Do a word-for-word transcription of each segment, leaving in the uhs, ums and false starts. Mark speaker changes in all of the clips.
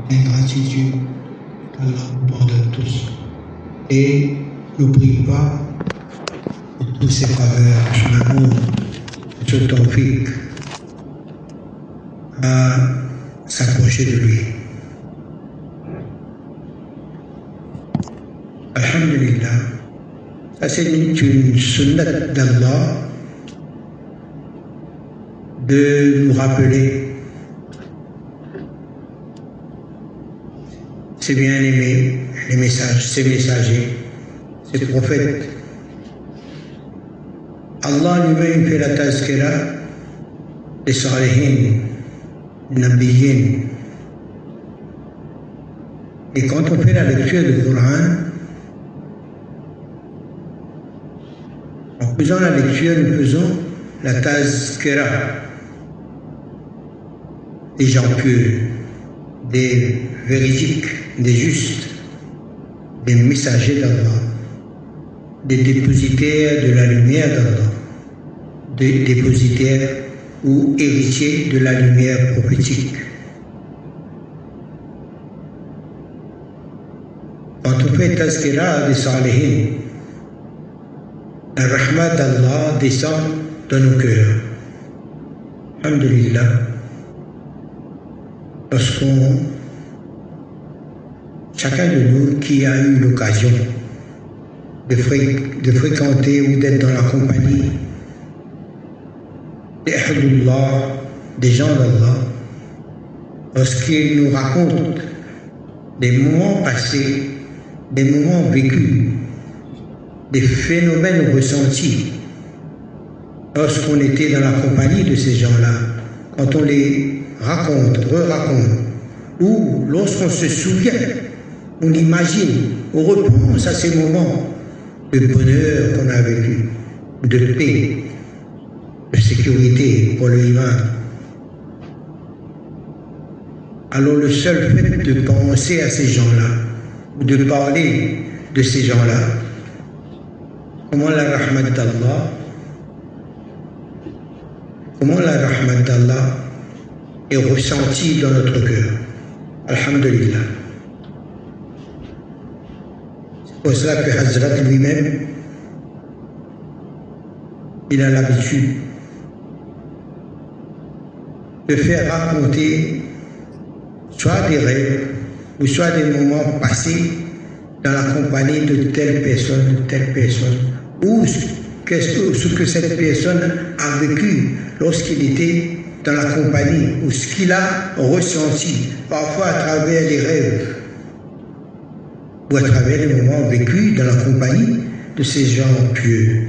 Speaker 1: d'ingratitude qu'Allah nous pardonne tous et n'oublie pas de tous ses faveurs, son amour, son tawfiq à s'approcher de lui. Alhamdulillah, ça c'est une sunnat d'Allah de nous rappeler ses bien-aimés, les messages, ses messagers, ses prophètes. Allah lui-même fait la tazkira des salihin, des nabiyyin. Et quand on fait la lecture du Coran, en faisant la lecture, nous faisons la tazkira des gens purs, des véridiques, des justes, des messagers d'Allah, des dépositaires de la lumière d'Allah, des dépositaires ou héritiers de la lumière prophétique. Quand on fait tazkira des salihin, la rahmat d'Allah descend dans nos cœurs. Alhamdulillah. Lorsqu'on, chacun de nous qui a eu l'occasion de, fré, de fréquenter ou d'être dans la compagnie des Ahlullah, des gens d'Allah, lorsqu'ils nous racontent des moments passés, des moments vécus, des phénomènes ressentis, lorsqu'on était dans la compagnie de ces gens-là, quand on les raconte, re-raconte, ou lorsqu'on se souvient, on imagine, on repense à ces moments de bonheur qu'on a vécu, de paix, de sécurité pour le iman. Alors le seul fait de penser à ces gens-là, ou de parler de ces gens-là, comment la rahmat d'Allah, comment la rahmat d'Allah est ressentie dans notre cœur. Alhamdulillah. C'est pour cela que Hazrat lui-même, il a l'habitude de faire raconter soit des rêves ou soit des moments passés dans la compagnie de telle personne, de telle personne, ou qu'est-ce que, ce que cette personne a vécu lorsqu'il était dans la compagnie, ou ce qu'il a ressenti, parfois à travers les rêves, ou à travers les moments vécus dans la compagnie de ces gens pieux.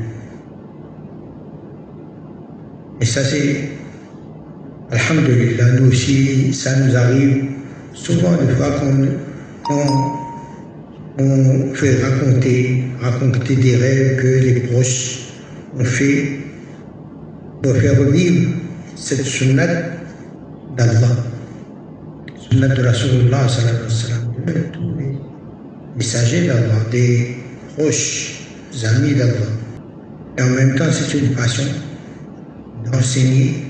Speaker 1: Et ça c'est, alhamdulillah, nous aussi, ça nous arrive souvent de fois qu'on on, on fait raconter, raconter des rêves que les proches ont fait pour faire revivre cette sunnat d'Allah, sunnat de Rasulullah sallallahu alayhi wa sallam, de tous les messagers d'Allah, des proches amis d'Allah. Et en même temps, c'est une passion d'enseigner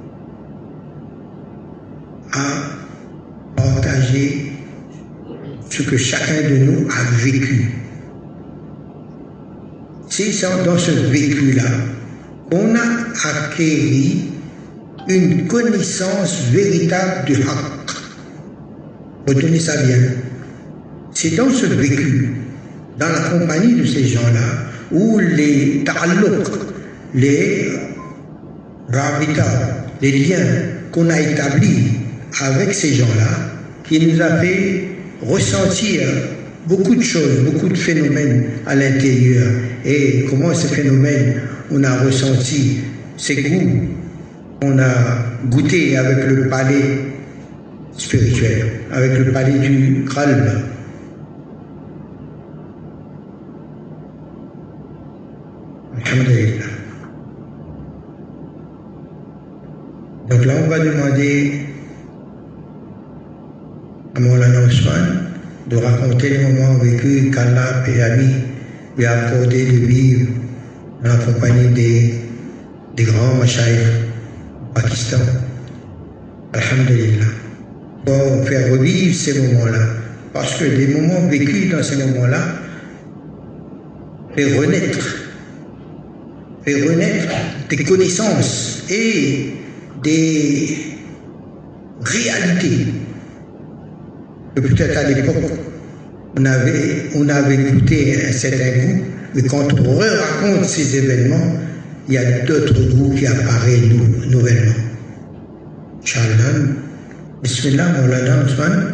Speaker 1: à partager ce que chacun de nous a vécu. C'est dans ce vécu-là qu'on a acquéri une connaissance véritable du haqq. Retenez ça bien. C'est dans ce vécu, dans la compagnie de ces gens-là, où les ta'alluq, les rabita, les liens qu'on a établis avec ces gens-là, qui nous a fait ressentir beaucoup de choses, beaucoup de phénomènes à l'intérieur. Et comment ces phénomènes, on a ressenti ces goûts, on a goûté avec le palais spirituel, avec le palais du qalb. Alhamdulillah. Donc là, on va demander à Maulana Ousmane de raconter les moments vécus qu'Allah et Ami lui a accordé de vivre dans la compagnie des, des grands machaïs au Pakistan. Alhamdulillah. pour faire revivre ces moments-là. Parce que des moments vécus dans ces moments-là fait renaître, fait renaître des connaissances et des réalités que peut-être à l'époque on avait, on avait goûté un certain goût, mais quand on raconte ces événements, il y a d'autres goûts qui apparaissent nou, nouvellement. Inch'Allah. Bismillah, Maulana Ousmane.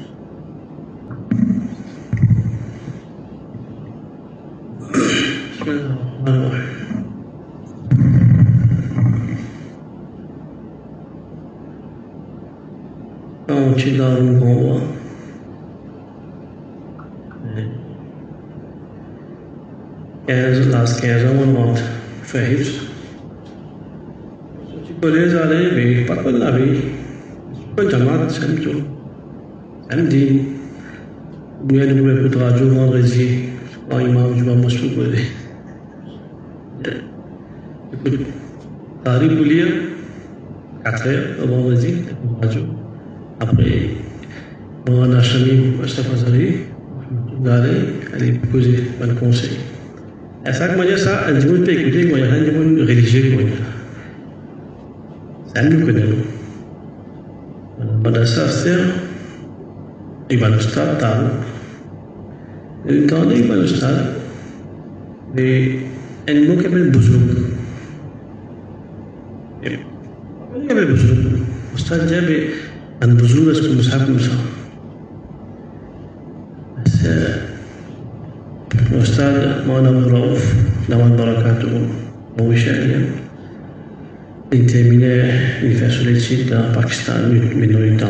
Speaker 2: Quand tu l'as vu en haut, quinze, last quinze ans, on va faire hifz. Tu peux les aller, mais pas que la vie. Tu peux jamaat, c'est tout. Samedi, vous avez le coup de radio vendredi, quand imam, je vais m'assurer. Écoute, t'arrives pour lire, quatre heures, le vendredi, le radio. Après, on a chami Mustafa Zari, elle est posée un conseil. À chaque manière, ça, elle dit, on peut écouter, il y a un niveau religieux. Ça nous connaît. Pendant ça, c'est il va nous stade, il temps, il va nous stade, mais elle nous appelle Bouzouk. Elle nous appelle Bouzouk. Le stade dit, mais un Bouzouk, est-ce que nous savons comme ça? C'est الأستاذ مولانا رؤوف نوال بركاته ووشاليا انتمينا l'université de Pakistan minoritaire.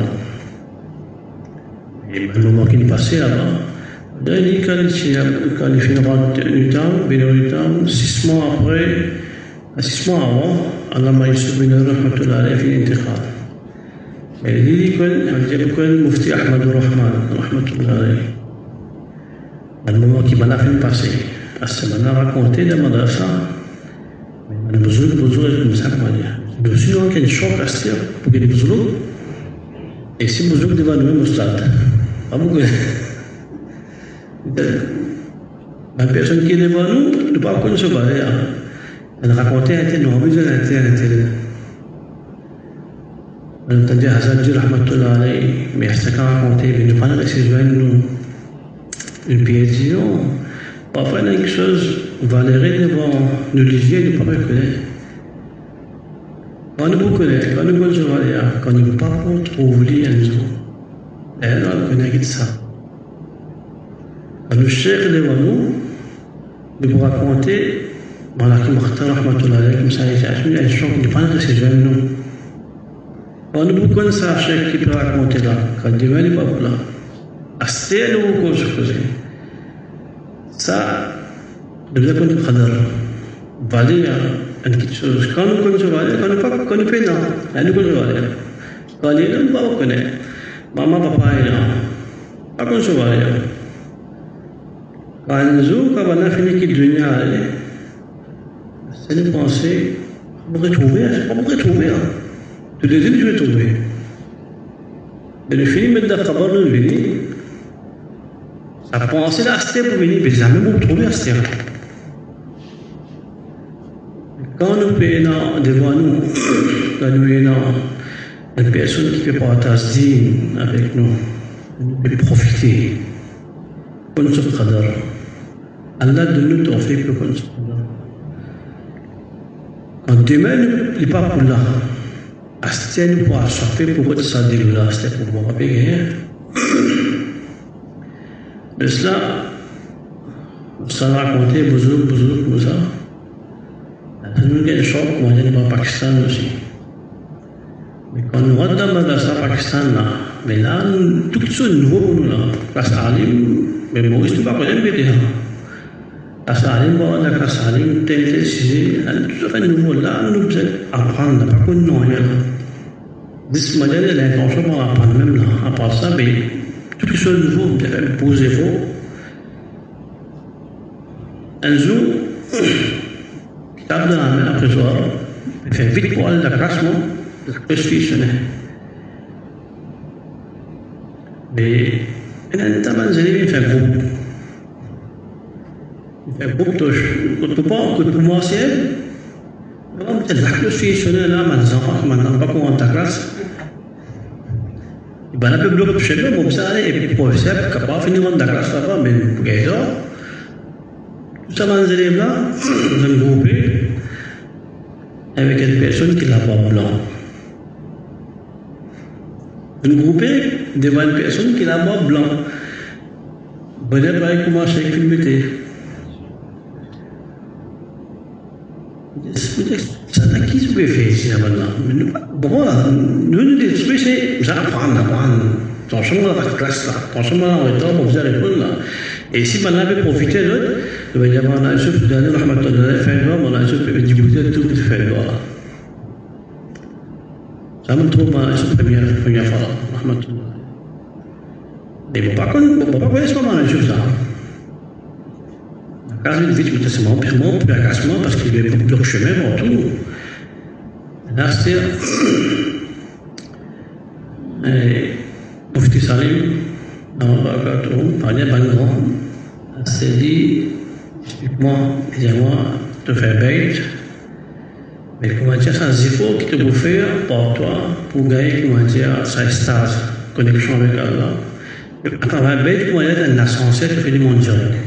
Speaker 2: Et le moment qui est passé là-bas, il quand il finira du temps, minoritaire, six mois après, six mois avant, Allah m'a يوسف بن رحمة الله عليه في الانتقال. اللي يكون يكون مفتي أحمد الرحمن رحمة الله عليه. Le moment qui m'a fait passer, à ce moment-là, raconté dans madrasa, mais le besoin, le besoin est comme ça, comment dire. Le besoin qui est choc à ce dire, pour que les besoins, et si le besoin devant nous-mêmes au stade, pas beaucoup. La personne qui est devant nous, ne pas connaître ce balai, elle racontait un tel, nous avons besoin d'un tel, un tel. On entendait Hassan dire, rahmatullah alayhi, mais c'est quand raconté, mais nous parlons de ces joints, nous. Une piétion, parfois il y a quelque chose, Valérie devant nous l'Olivier, il ne peut pas reconnaître. Quand nous reconnaissons, quand nous connaissons Valérie, quand nous ne pouvons pas trouver un jour, elle ne connaît que ça. Quand nous cherchons devant nous, nous pouvons raconter, voilà, qui m'a dit, rahmatullah alayhi, comme ça, il y a un choc, il ne peut pas de ces jeunes, nous. Quand nous connaissons ça, chef qui peut raconter là, quand demain il n'est pas là. Assez nouveau qu'on se faisait. Ça, nous avons le qadar. Valer quelque chose. Quand nous connaissons valer, quand nous pas connaissons pas, non. Nous connaissons valer. Quand il est là, on connaît. Maman, papa est là. Pas connaissons valer. Quand nous, quand on a fini qu'il dunya aller, c'est de penser, on va retrouver, on va retrouver. Tous les deux, je vais trouver. Mais le film est d'abord le vini. Ça a pensé là, c'était pour venir, mais jamais vous trouver à ce terrain. Quand nous payons devant nous, quand nous avons une personne qui peut partager avec nous, nous peut profiter, pour nous qadar. Allah donne nous tawfiq pour nous qadar. Quand demain, il n'est pas pour là. À ce terrain, nous pouvons attraper pour être sadé là, c'était pour voir avec de cela, ça a raconté beaucoup, beaucoup, comme ça. Nous avons des chocs, on est au Pakistan aussi. Mais quand nous regardons dans le Pakistan, là, mais là, tout ce nouveau, là, classe Alim, mais moi, je ne sais pas quoi dire. Classe Alim, bon, la classe Alim, tel, tel, sujet, tout ce nouveau, là, nous devons apprendre, pas qu'on n'a rien. De cette manière, l'intention, on va apprendre même là, à part ça, mais. Tout ce nouveau, vous devez me poser faux. Un jour, il tape dans la main après soir, il fait vite pour aller à la classe, moi, la classe fille, Mais il y a un tabac, il fait un groupe. Il fait un groupe, quand tu parles, quand tu commences, tu as la situation là, maintenant, pas comment ta classe. Il y a un peu de bloc, je sais pas, mais ça, et puis pour ça, capable de finir dans la classe là-bas, mais pour ça, tout ça, les élèves là, dans un groupe, avec une personne qui n'a pas blanc. Un groupe devant une personne qui n'a pas blanc. Bon, elle va commencer à filmer. Ça n'a qui se peut faire ici maintenant. Bon, nous nous disons, c'est ça apprendre, apprendre. Attention à la classe là, attention à la retard pour vous répondre là. Et si on avait profité de l'autre, on va dire, on a un souffle d'année, on a un souffle de discuter de tout ce que fait là. Ça me trouve à la première, première fois, rahmatullah. Mais bon, par contre, bon, pas connaître comment on joue ça. La case de vite, mais c'est mon pire, mon pire agacement parce qu'il y avait beaucoup de chemin pour tout. Là, c'est. Mufti Salim, dans le gâteau, parlait d'un grand. C'est dit, explique-moi, dis-moi, te faire bête. Mais comment dire, ça, c'est faut qu'il te vous faire pour toi, pour gagner, comment dire, sa stase, connexion avec Allah. À travers bête, comment dire, un ascenseur qui fait du monde direct.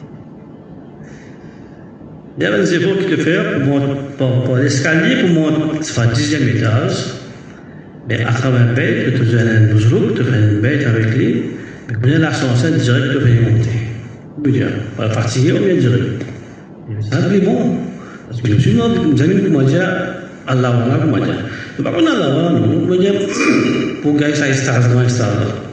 Speaker 2: Il y a des efforts qu'il te fait pour, pour, pour l'escalier, pour monter, ça fait dixième étage. Mais à travers bête, tu as un bouzrouk, tu fais une bête avec lui, mais comment dire, l'ascenseur direct te fait monter. Je veux dire, pas fatigué ou bien direct. Ça, c'est bon. Parce que sinon, nous allons comment dire, Allah wa comment dire. Par contre, Allah wa nous, comment dire, pour gagner sa stase dans la stase.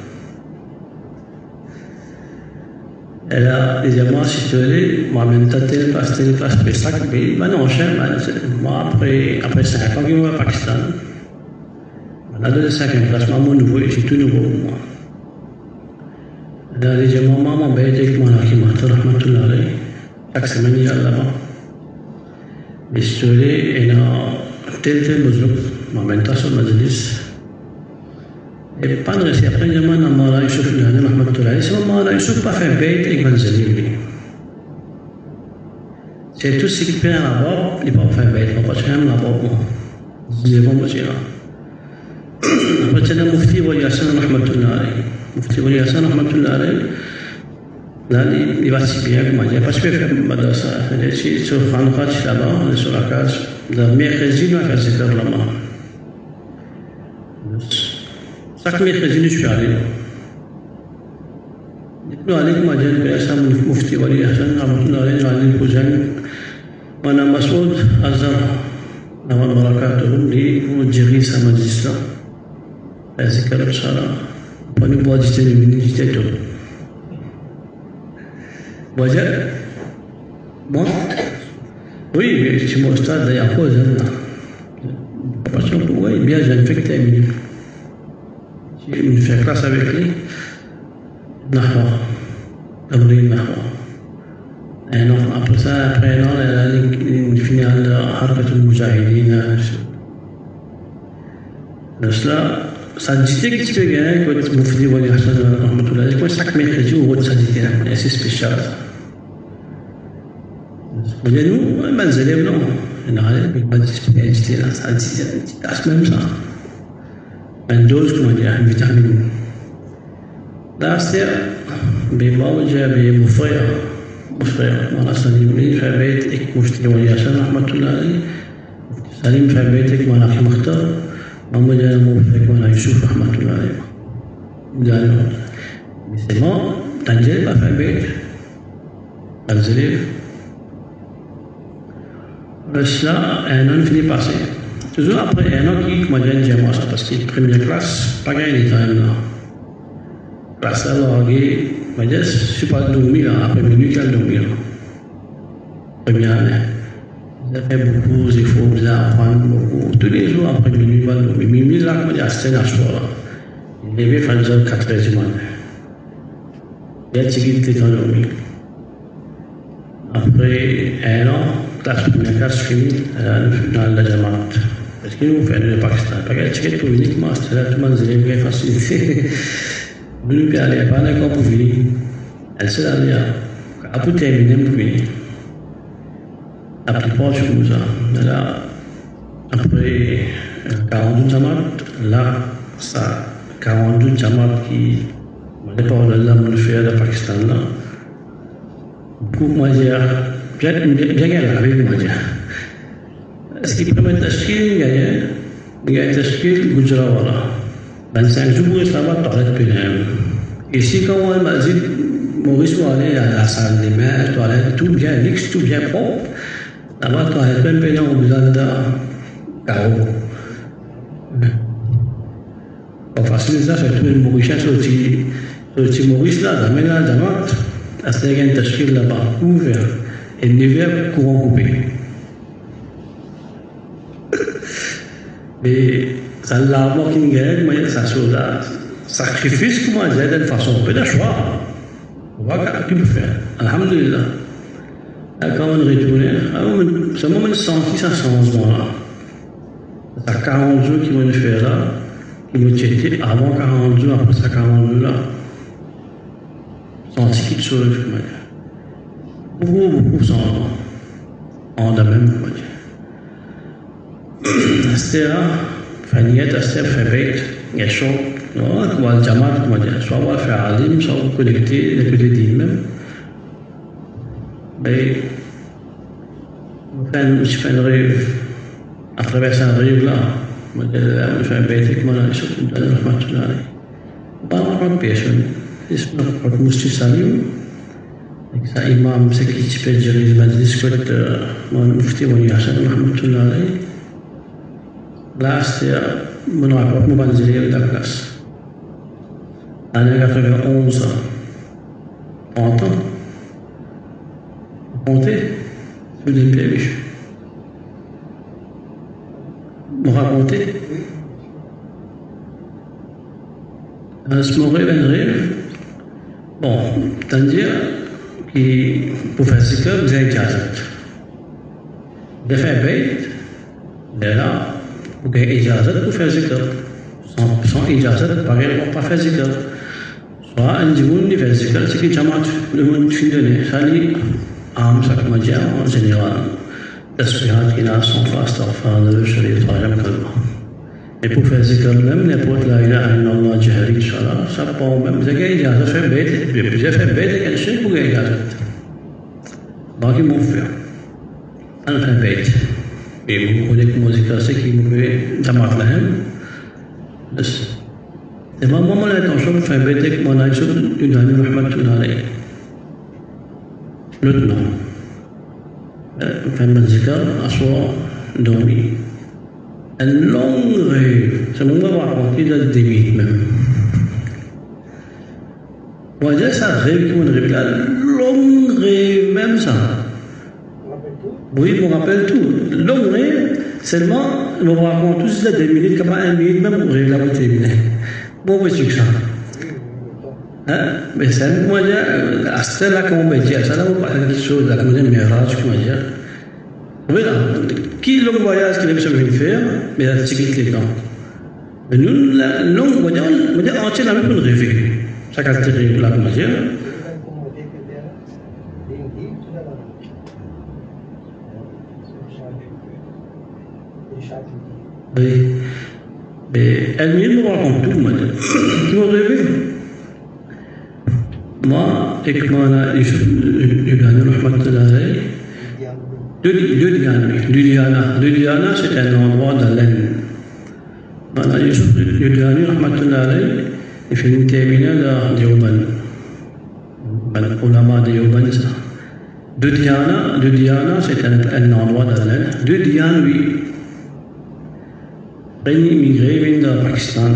Speaker 2: Et là, deuxièmement, si tu veux, moi, même t'as telle place, telle place, mais ça, mais non, moi, après, après cinq ans, je vais au Pakistan. Là, de la cinquième place, moi, mon nouveau, c'est tout nouveau pour moi. Là, deuxièmement, moi, mon bête, avec mon akimata, rahmatullah, chaque semaine, il y a là-bas. Mais si tu veux, il y a tel tel besoin, ma mentation majlis. Et pas de rester après, il y a un Mara Yusuf, il y a un Mahmatullah. Si on Mara Yusuf pas fait bête, il va se dire. C'est tout ce qui peut là-bas, il va faire bête, il va pas faire là-bas. Je dis bon, monsieur là. Après, il y a un Mufti Wali Hassan, Mahmatullah. Mufti Wali Hassan, Mahmatullah. Là, il va si bien, comment dire, parce que je fais madrasa. Si sur Khanoukat, là-bas, sur la case, le mercredi, il va faire cette heure-là. Chaque mercredi, je suis allé. Dites-nous, allez, comment dire, que ça, Mufti Wali Hassan, Rahmatullah, je vais aller le cousin. Mana Masoud Azhar, Nama Barakatuh, lui, pour gérer sa majlis là. C'est comme ça, là. Pour nous boire du thé, du mini, du thé, tout. Bon, bon, oui, mais si mon stade, il y a cause, là. Parce que, oui, bien, j'ai infecté un minute. J'ai fait classe avec lui. Nahwa. Abri Nahwa. Et non, après ça, après, non, il finit à Harkat al-Mujahideen. Cela, ça dit que tu gagnes, quand tu me fais Wali Hassan, rahmatullah, quand chaque mercredi, on voit ça dit, c'est spécial. Vous voyez, nous, on a des élèves, non. On a des élèves, là, ça dit, c'est même ça. Une dose, comment dire, une vitamine. Là, c'est, mais moi, j'ai mon frère, mon frère, on a Salim, il fait bête, et que je suis Wali Hassan, rahmatullah, Salim fait bête, et que mon akhi Makhtar, moi, j'ai mon frère, mon akhi Yusuf, rahmatullah. Mais c'est bon, Tanjel va faire bête. Les élèves. Cela, un an finit par passer. Toujours après un an qui m'a dit à moi ça parce que première classe, pas gagné quand même là. Classe là, il m'a dit, je ne suis pas dormi là, après minuit, j'ai dormi là. Première année. J'ai fait beaucoup d'efforts, j'ai appris beaucoup. Tous les jours après minuit, j'ai dormi. Mais il m'a dit, c'est un soir là. Il devait faire quatre heures du matin. Il a tiré le temps dormi. Après un an, classe première classe finie dans la Jamaat. Parce que nous faisons le Pakistan. Parce que c'est uniquement, c'est là tout le monde est facilité. Nous ne aller pas d'accord pour finir. Elle s'est allée à pour terminer pour finir. La plupart du coup, ça. Là, après quarante-deux Jamaat, là, ça, quarante-deux Jamaat qui, on n'est pas là, on le fait au Pakistan là. Pour moi dire, bien bien bien avec moi dire. Ce qui permet d'acheter, gagner, gagner d'acheter Gujarat voilà. vingt-cinq jours et ça va toilette pénale. Ici quand on m'a dit Maurice va aller à la salle des mains, toilette tout bien mixte, tout bien propre. Là-bas toilette même pénale au besoin de carreau. Pas facile ça, c'est tout le Maurice sur le petit Maurice là, dans la Jamaat. À ce qu'il y a un tachkil là-bas ouvert et l'hiver courant coupé. Mais ça l'a avoir qui gagne, mais ça se là sacrifice comment dire d'une façon peu de choix. On va qu'il peut faire. Alhamdulillah. Quand on retourne, c'est un moment de senti ça changement là. Ça quarante jours qui vont faire là, qui vont checker avant quarante jours, après ça quarante jours là. Senti qu'il se lève, beaucoup, beaucoup sans en la même manière. C'était là, Faniyat, c'était fait bête, il y a chaud, non, comment le Jamaat, comment dire, soit on va faire alim, soit on va connecter les côtés d'île même. Mais, je fais un rêve, à travers un rêve là, on fait un bête, comment on a dit, on a dit, on a dit, on a dit, on a dit, इसमें बहुत मुश्किल सालियों एक सा इमाम से किसी पे जरीज मजलिस को मुफ्ती वही हसन रहमतुल्लाह अलैह लास्ट या मुनाफत मुबंजरी दरगाह आने का फिर onze ans trente ans comptez sur les pépiches vous racontez un ce rêve un rêve. Bon, c'est-à-dire que pour faire ce que vous avez ijazat. De faire bête, de là, vous avez ijazat pour faire ce que. Sans, sans ijazat, pareil, on ne peut pas faire ce que. Soit un digoun qui fait ce que, c'est que Jamaat, le monde finit, ça dit, âme, ça comme dire, en général, tasbihat qui n'a son face, astaghfirullah, je les troisième calme. Et pour faire ce que même, n'importe la ilaha illallah jahri, inshallah, ça prend même. Vous avez ijazat fait bête, vous avez fait bête, quel chef vous avez ijazat. Donc, ils m'ont fait. On fait bête. Et vous connaissez que musique, c'est qui vous fait Jamaat là. C'est ma maman l'intention de faire bête avec mon aïsou, une année, rahmatullah alayhi. L'autre nom. Faire musique, asseoir, dormir. Un long rêve, c'est mon moment raconté dans le début même. Moi, j'ai ça rêve qui me rêve là, long rêve, même ça. Oui, je me rappelle tout. Long rêve, seulement, je me raconte tout ça des minutes, comme un minute, même on rêve là pour terminer. Bon, oui, c'est que ça. Hein? Mais c'est moi, j'ai, à ce là, comme on me dit, ça là, on parle de quelque chose, là, comme on dit, mais rage, comment dire. Voilà. Qui long voyage qu'il aime se faire, mais la sécurité les temps. Mais nous, la long voyage, on dit entier la même pour rêver. Ça caractérise la comment dire. Oui. Mais elle me raconte tout, moi. Tu m'as rêvé. Moi, et que moi, je gagne le rahmatullah alayhi. Ludhiana. Ludhiana, c'est un endroit dans l'Inde. Voilà, Ludhiana, rahmatullah alayhi, il fait une terminale à Dioban. Ben, ulama de Dioban, ça. Ludhiana, Ludhiana, c'est un, un endroit dans l'Inde. Ludhiana, lui, il est immigré dans le Pakistan.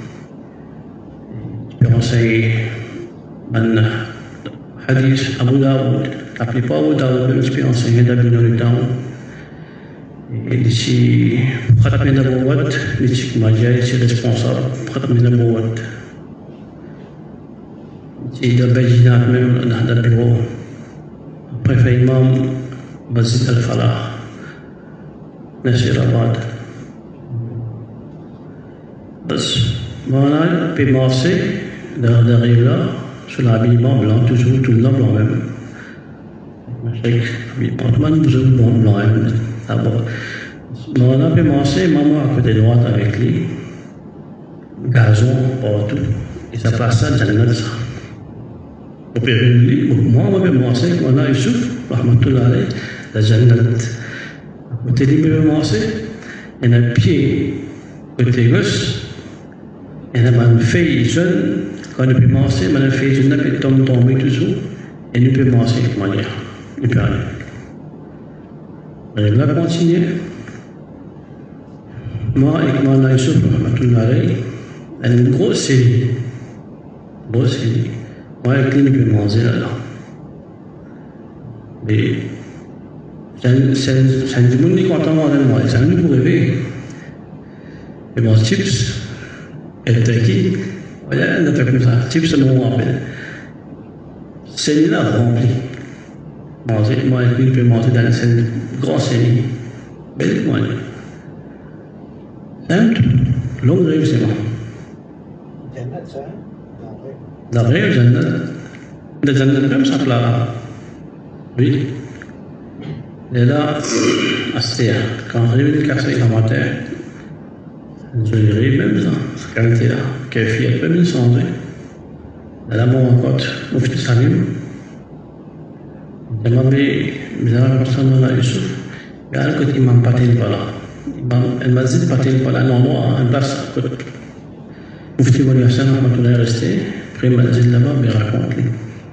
Speaker 2: Je peux conseiller un hadith Abu Daoud. La plupart Abu Daoud, je peux enseigner dans le temps. Et d'ici, Khatmi Nabouat, d'ici Majal, ici responsable, Khatmi Nabouat. D'ici de Bajinat même, dans le bureau. Après, fait imam Bazid Al-Falah, Nasir Abad. Bas, voilà, puis marcher, d'arriver là, sur l'habillement blanc, toujours tout le blanc même. Pantoufle, vous avez bon blanc même. On a commencé, maman à côté droite avec lui, gazon partout, et ça passe ça dans le ça. Au péril, moi, on a commencé, on a Youssouf, rahmatullah alayh, la Jannat. À côté de lui, on a commencé, il y a un pied côté gauche, il y a une fille jeune, quand on a commencé, il y a une fille jeune qui tombe tombée toujours, et nous peut commencer, comment dire, il peut aller. On va continuer. Moi, avec mon Youssouf, rahmatullah alayh, il y a une grosse série. Grosse série. Moi, avec lui, je peux manger là-dedans. Mais c'est un du monde qui est content de moi. C'est un du pour rêver. Et mon chips, elle était qui? Voilà, on a fait comme ça. Chips, c'est le nom qu'on appelle. C'est là rempli. Manger, moi, avec lui, je peux manger dans une grosse série. Belle moyenne. Simple, longue rêve, c'est bon. La rêve, Jannat. Le Jannat même ça là. Oui. Et là, Astia, quand j'arrive le casser dans ma terre, je dirais même ça, cette qualité-là, qu'elle fait, elle peut me changer. Là, mon pote, au fil de Salim, je m'avais dit, je m'avais personne dans la Youssouf, et à côté, il m'a pas tenu pas là. Elle m'a dit, pas tenu pas là, non, non, en place, à côté. Moufti Wali Hassan, on est resté. Après, il m'a dit là-bas, mais raconte-lui.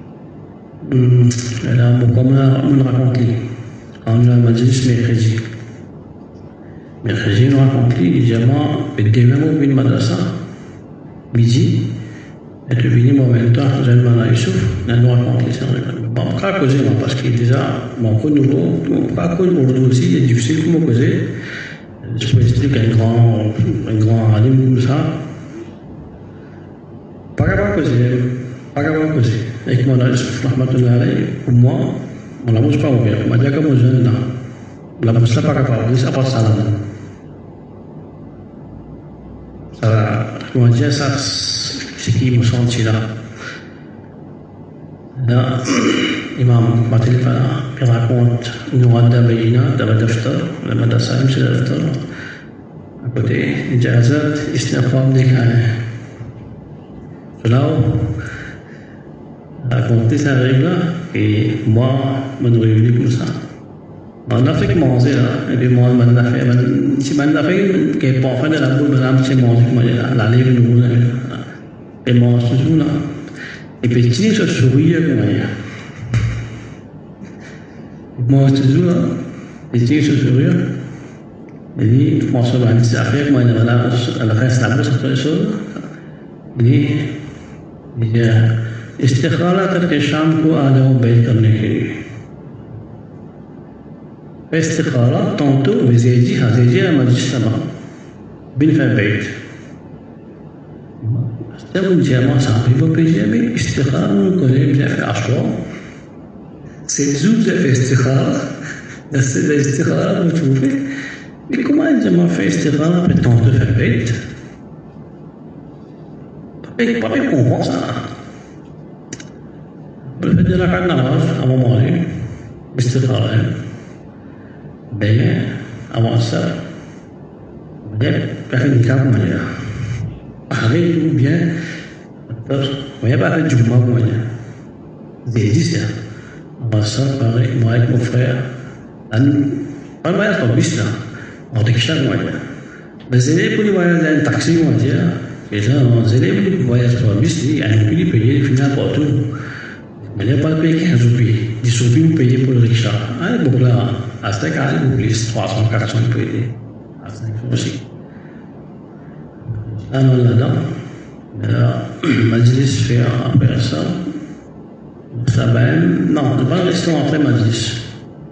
Speaker 2: Elle a beaucoup me raconté. Quand on m'a dit, c'est mercredi. Mercredi, on raconte-lui. Il dit, moi, je vais demain au bin madrasa, midi, et tu viens moi en même temps, je vais aller à Youssouf, je vais raconter ça. Bon, je ne vais pas causer, parce que déjà, mon code nouveau, je ne vais pas causer aujourd'hui aussi, c'est difficile pour me causer. Je peux expliquer un grand, un grand alim comme ça. Pas capable de causer, pas capable de causer. Avec mon Youssouf, rahmatullah alayh, pour moi, on la mange pas ouvert. On m'a dit que mon jeune là, on la mange pas capable, c'est pas ça là. Ça, comment dire ça, c'est qui me senti là. Là, l'imam m'a téléphoné, il raconte une rada bayina, dans le daftar, le madrasa, c'est le daftar. À côté, ijazat, istighfar décalé. Là, raconter ça arrive là, et moi, je me réunis comme ça. On a fait que manger là, et puis moi, je m'en fait, si je m'en fait, qui est pas fait de la boule, je sais manger comme ça, la lèvre nous, et mange toujours là. Et puis, tu sais, je souris comme ça. Je mange toujours là, et tu sais, je souris. Et puis, François m'a dit, ça fait, moi, elle reste là-bas, c'est très chaud. Et puis, استخارہ کر کے شام کو آ جاؤ بیت کرنے کے لیے استخارہ تنتو وزيجي هزيجي مجلس سما بالفعل بيت استخدم جامع صاحبي وبيجي استخارة من قريب في عشرة سيزوج في استخارة بس الاستخارة بتشوفي بكم عندما في استخارة في تنتو في البيت طبيعي طبيعي كونفون ça. Le fait de la carnaval, à un moment donné, c'était pareil. Mais avant ça, il y a pas fait de cas comme ça. Pareil ou bien, il n'y a pas fait du mois comme ça. J'ai dit ça. Avant ça, pareil, moi avec mon frère, nous, pas mal de bus là, on était chaque mois. Mais c'est pour les voyages d'un taxi, on va dire. Et là, on disait, pour les voyages d'un bus, il y a un prix payé, il finit partout. Mais il n'y a pas de payer quinze roupies. dix roupies, vous payez pour le rickshaw. Ah, donc là, à ce cas-là, vous payez trois cents, quatre cents, vous payez. À ce cas-là aussi. Là, on l'a là. Mais là, Majlis fait après ça. Ça va non, on va rester après Majlis.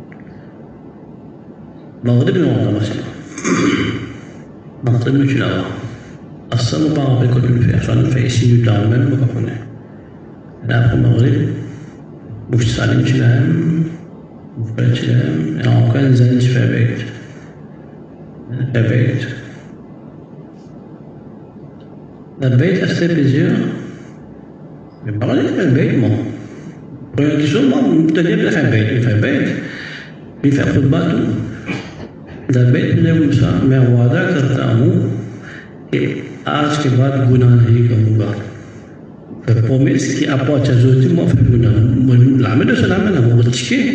Speaker 2: Bon, au début, on va commencer. Bon, très bien, tu l'as. À ça, on va pas avec quoi tu le fais. Ça, on le fait ici, du temps même, on va pas connaître. Là, après Maghrib, je suis allé chez l'âme, je suis allé chez l'âme, et encore une année, je fais avec. Je fais avec. La bête, c'est plaisir. Mais par contre, il fait bête, moi. Première question, moi, je te dis, il fait bête, il fait bête. Il fait peu de bateau. La bête, il est comme ça, mais on va dire que t'as un mot, et आज के बाद गुनाह नहीं करूँगा फिर प्रॉमिस कि आप अच्छा जो थी मैं फिर गुनाह लामे तो सलाम है ना वो अच्छी है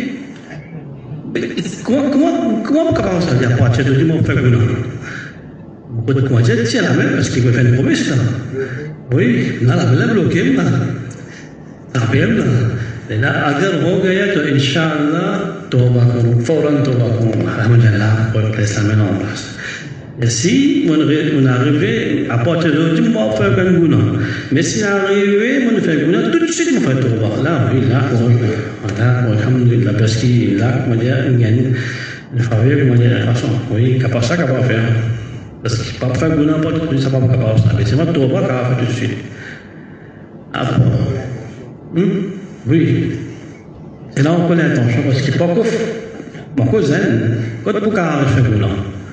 Speaker 2: कौन कौन कौन कहाँ से आप अच्छा जो थी मैं फिर गुनाह वो तो अच्छा अच्छी लामे उसकी कोई फिर प्रॉमिस था वही ना लामे लामे लोग क्या ना लामे ना लेकिन अगर हो गया तो इंशाअल्लाह तौबा करूँ फौरन तौबा करूँ अल्हम्दुलिल्लाह कोई पैसा में ना पास Et si on, on arrivait à partir de l'autre, on va faire un gouna. Mais si on arrivait, on fait un gouna, tout de suite on fait tout. Là, oui, là, là, alhamdulillah, parce que là, on dire, on gagne le faveur, on dire, de toute façon, oui, qu'à part ça, qu'à pas faire. Parce que pas faire gouna, pas tout de suite, ça va pas capable ça. Mais c'est moi, tout va pas faire tout de suite. Après, hum, oui. C'est là où on connaît l'intention, parce que pas qu'au, pas qu'au zen, quand on peut faire gouna.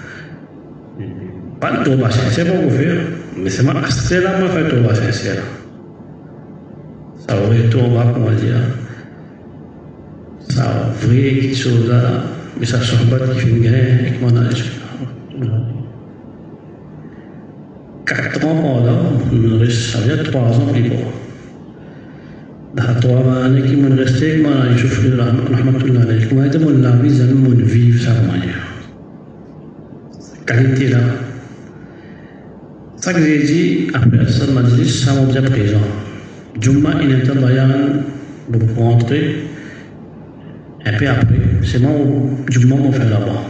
Speaker 2: Pas de toba sincère pour vous faire, mais c'est ma c'est là ma fait toba sincère. Ça aurait toba comment dire, ça vrai quelque chose là, mais ça sort pas qui fait une guerre et comment on a quatre ans pendant, ça vient trois ans plus bas. Dans trois années qui m'ont resté, moi je souffre de rahmatullah alayhi. Comment est-ce que mon la vie j'aime mon vivre ça manière. Qualité là. Ça que j'ai dit, après ça, le majlis, ça m'a déjà présent. Jumma, il était bayan, pour rentrer. Et puis après, c'est moi, Jumma, on fait là-bas.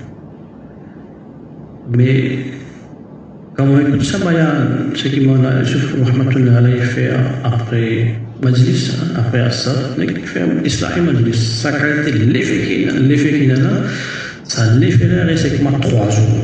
Speaker 2: Mais, quand on écoute ça, bayan, c'est qu'il m'a dit, Yusuf Rahmatullah alayhi fait après majlis, après ça, il fait Islahi majlis. Ça qualité, l'effet qu'il a, l'effet qu'il a là, ça l'effet là, c'est qu'il m'a trois jours.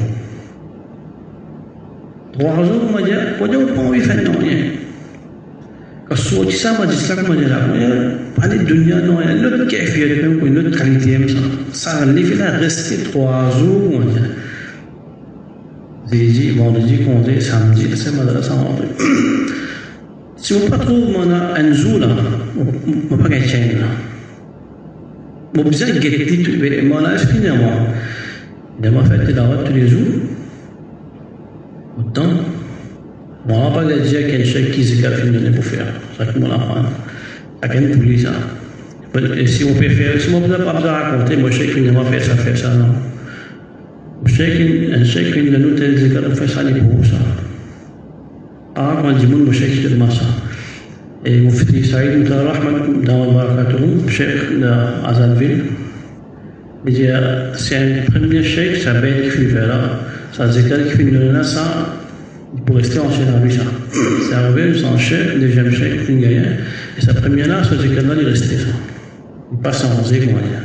Speaker 2: Trois jours, on m'a dit, on n'a pas envie de faire rien. Quand je dis ça, on m'a dit ça, on m'a dit là, pas les dunya, non, il y a une autre qualité, une autre qualité, ça. Ça, l'effet là, rester trois jours, on m'a dit. J'ai dit, vendredi, condé, samedi, c'est ma dresse en rentrée. Si on ne trouve pas un jour là, on ne peut pas gagner là. On peut pas gagner tout, mais mon âge finalement, il m'a fait la route tous les jours. Autant, on n'a pas dit à quel chèque qui s'est fini pour faire. Ça que mon enfant, à quel police ça. Et si on peut faire, si on ne peut pas raconter, moi je sais qu'il m'a fait ça, fait ça, non. Je sais qu'un chèque qui nous tel zikr, on fait ça les pour ça. Ah, quand je dis mon chèque, c'est ça. Et mon fils Saïd Rahman dans le Barakatoum, chèque d'Azalville, il dit c'est un premier chèque, ça va être qui fait là. Ça zikr qui finit là, ça, pour rester en chaîne avec ça. C'est arrivé, son chèque, deuxième chèque, une gagnant, et sa première là, ce zikr là, il restait ça. Il passe en zikr, on va dire.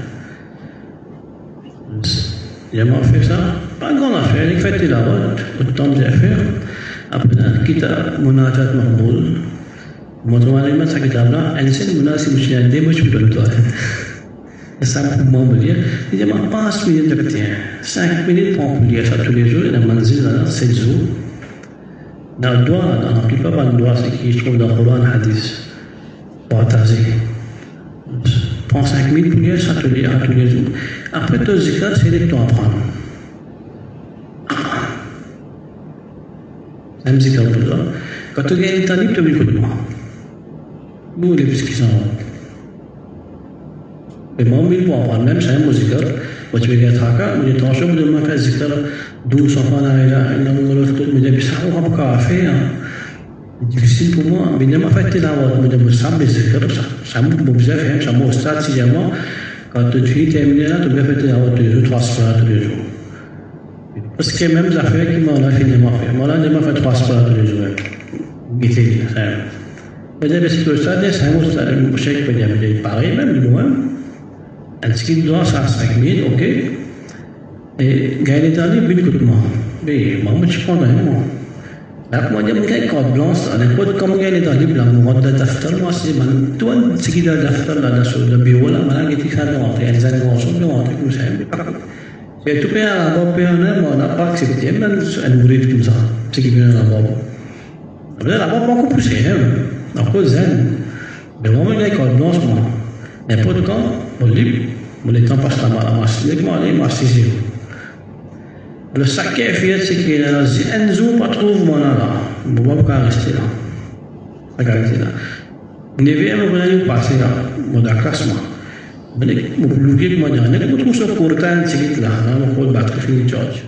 Speaker 2: Il m'a fait ça, pas grande affaire, il fait la route, autant d'affaires. Après, quitte à mon attaque mahmoud, mon travail, ça quitte à là, elle sait que mon attaque, c'est un démo, je peux le toit. Et ça, pour moi, me dire, il dit, ma passe minutes de temps, cinq minutes pour lire ça tous les jours, et la manzil, là, sept jours. Dans le doigt, dans la plupart du doigt, c'est qui je trouve dans le Coran, hadith, partager. Prends cinq minutes pour lire ça tous les, tous les jours. Après, ton zikr, c'est les temps à prendre. C'est un zikr pour toi. Quand tu gagnes ta libre, tu m'écoutes moi. Vous, les petits qui sont là. Et moi, je vais apprendre même, c'est un zikr. Quand tu veux être à je vais t'enchaîner, je vais faire zikr. douze enfants, là, là, là, là, je vais dire, ça, on va pas faire. C'est difficile pour moi, mais je vais faire la voix, je vais faire des zikr, ça. Ça m'a bien fait, ça m'a au si jamais. Quand tu finis terminé là, tu peux faire la voix tous les jours, trois soirs tous les jours. Parce que même les affaires qui m'ont fini de faire. Moi, là, je vais faire trois soirs tous les jours. Guité, ça. Je vais dire, c'est que ça, c'est un chèque, je vais dire, pareil, même, loin. Un ski doit ça cinq mille, ok. Et gagner ta vie, une coup de moi. Mais moi, je prends un mot. Là, moi, je me dis, carte blanche, à l'époque, comme gagner ta vie, moi, je vais faire moi, c'est man, toi, c'est qui doit faire là, sur le bureau, là, maintenant, il y a des rentrer, il y a des gens qui rentrent, comme ça, mais pas. C'est tout bien, à bord, on n'a pas accepté, même un ouvrier comme ça, c'est qui vient à bord. Là, bas beaucoup plus, hein, à cause zen. Mais moi, il y a une corde blanche, moi. N'importe quand, mon libre, mon les temps passe là-bas, ma six, moi, les ma six. Le saké fait, c'est qu'il y a un zoom, pas trouve moi là. Bon, on va pas rester là. On va rester là. On est bien, on va aller passer là. Mon la classe, moi. Mais mon plus vieux, moi, je ne trouve ça pour tant, c'est là. On va battre, fini George.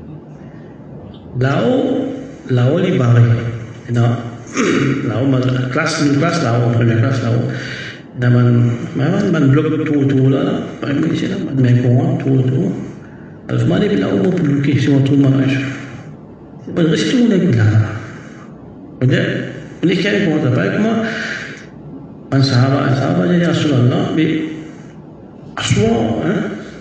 Speaker 2: Là-haut, là-haut, il est barré. Non. Là-haut, ma classe, une classe là-haut, première classe là-haut. Dans man, man bloc tout autour là, par exemple, ici là, man met courant tout autour. Alors, je m'en ai là où on peut bloquer si on trouve manage. C'est pas de reste tout le monde là. On est, on est carré comment ça avec moi. Man sahaba, sahaba, j'ai dit à Rasulallah, mais à soi, hein.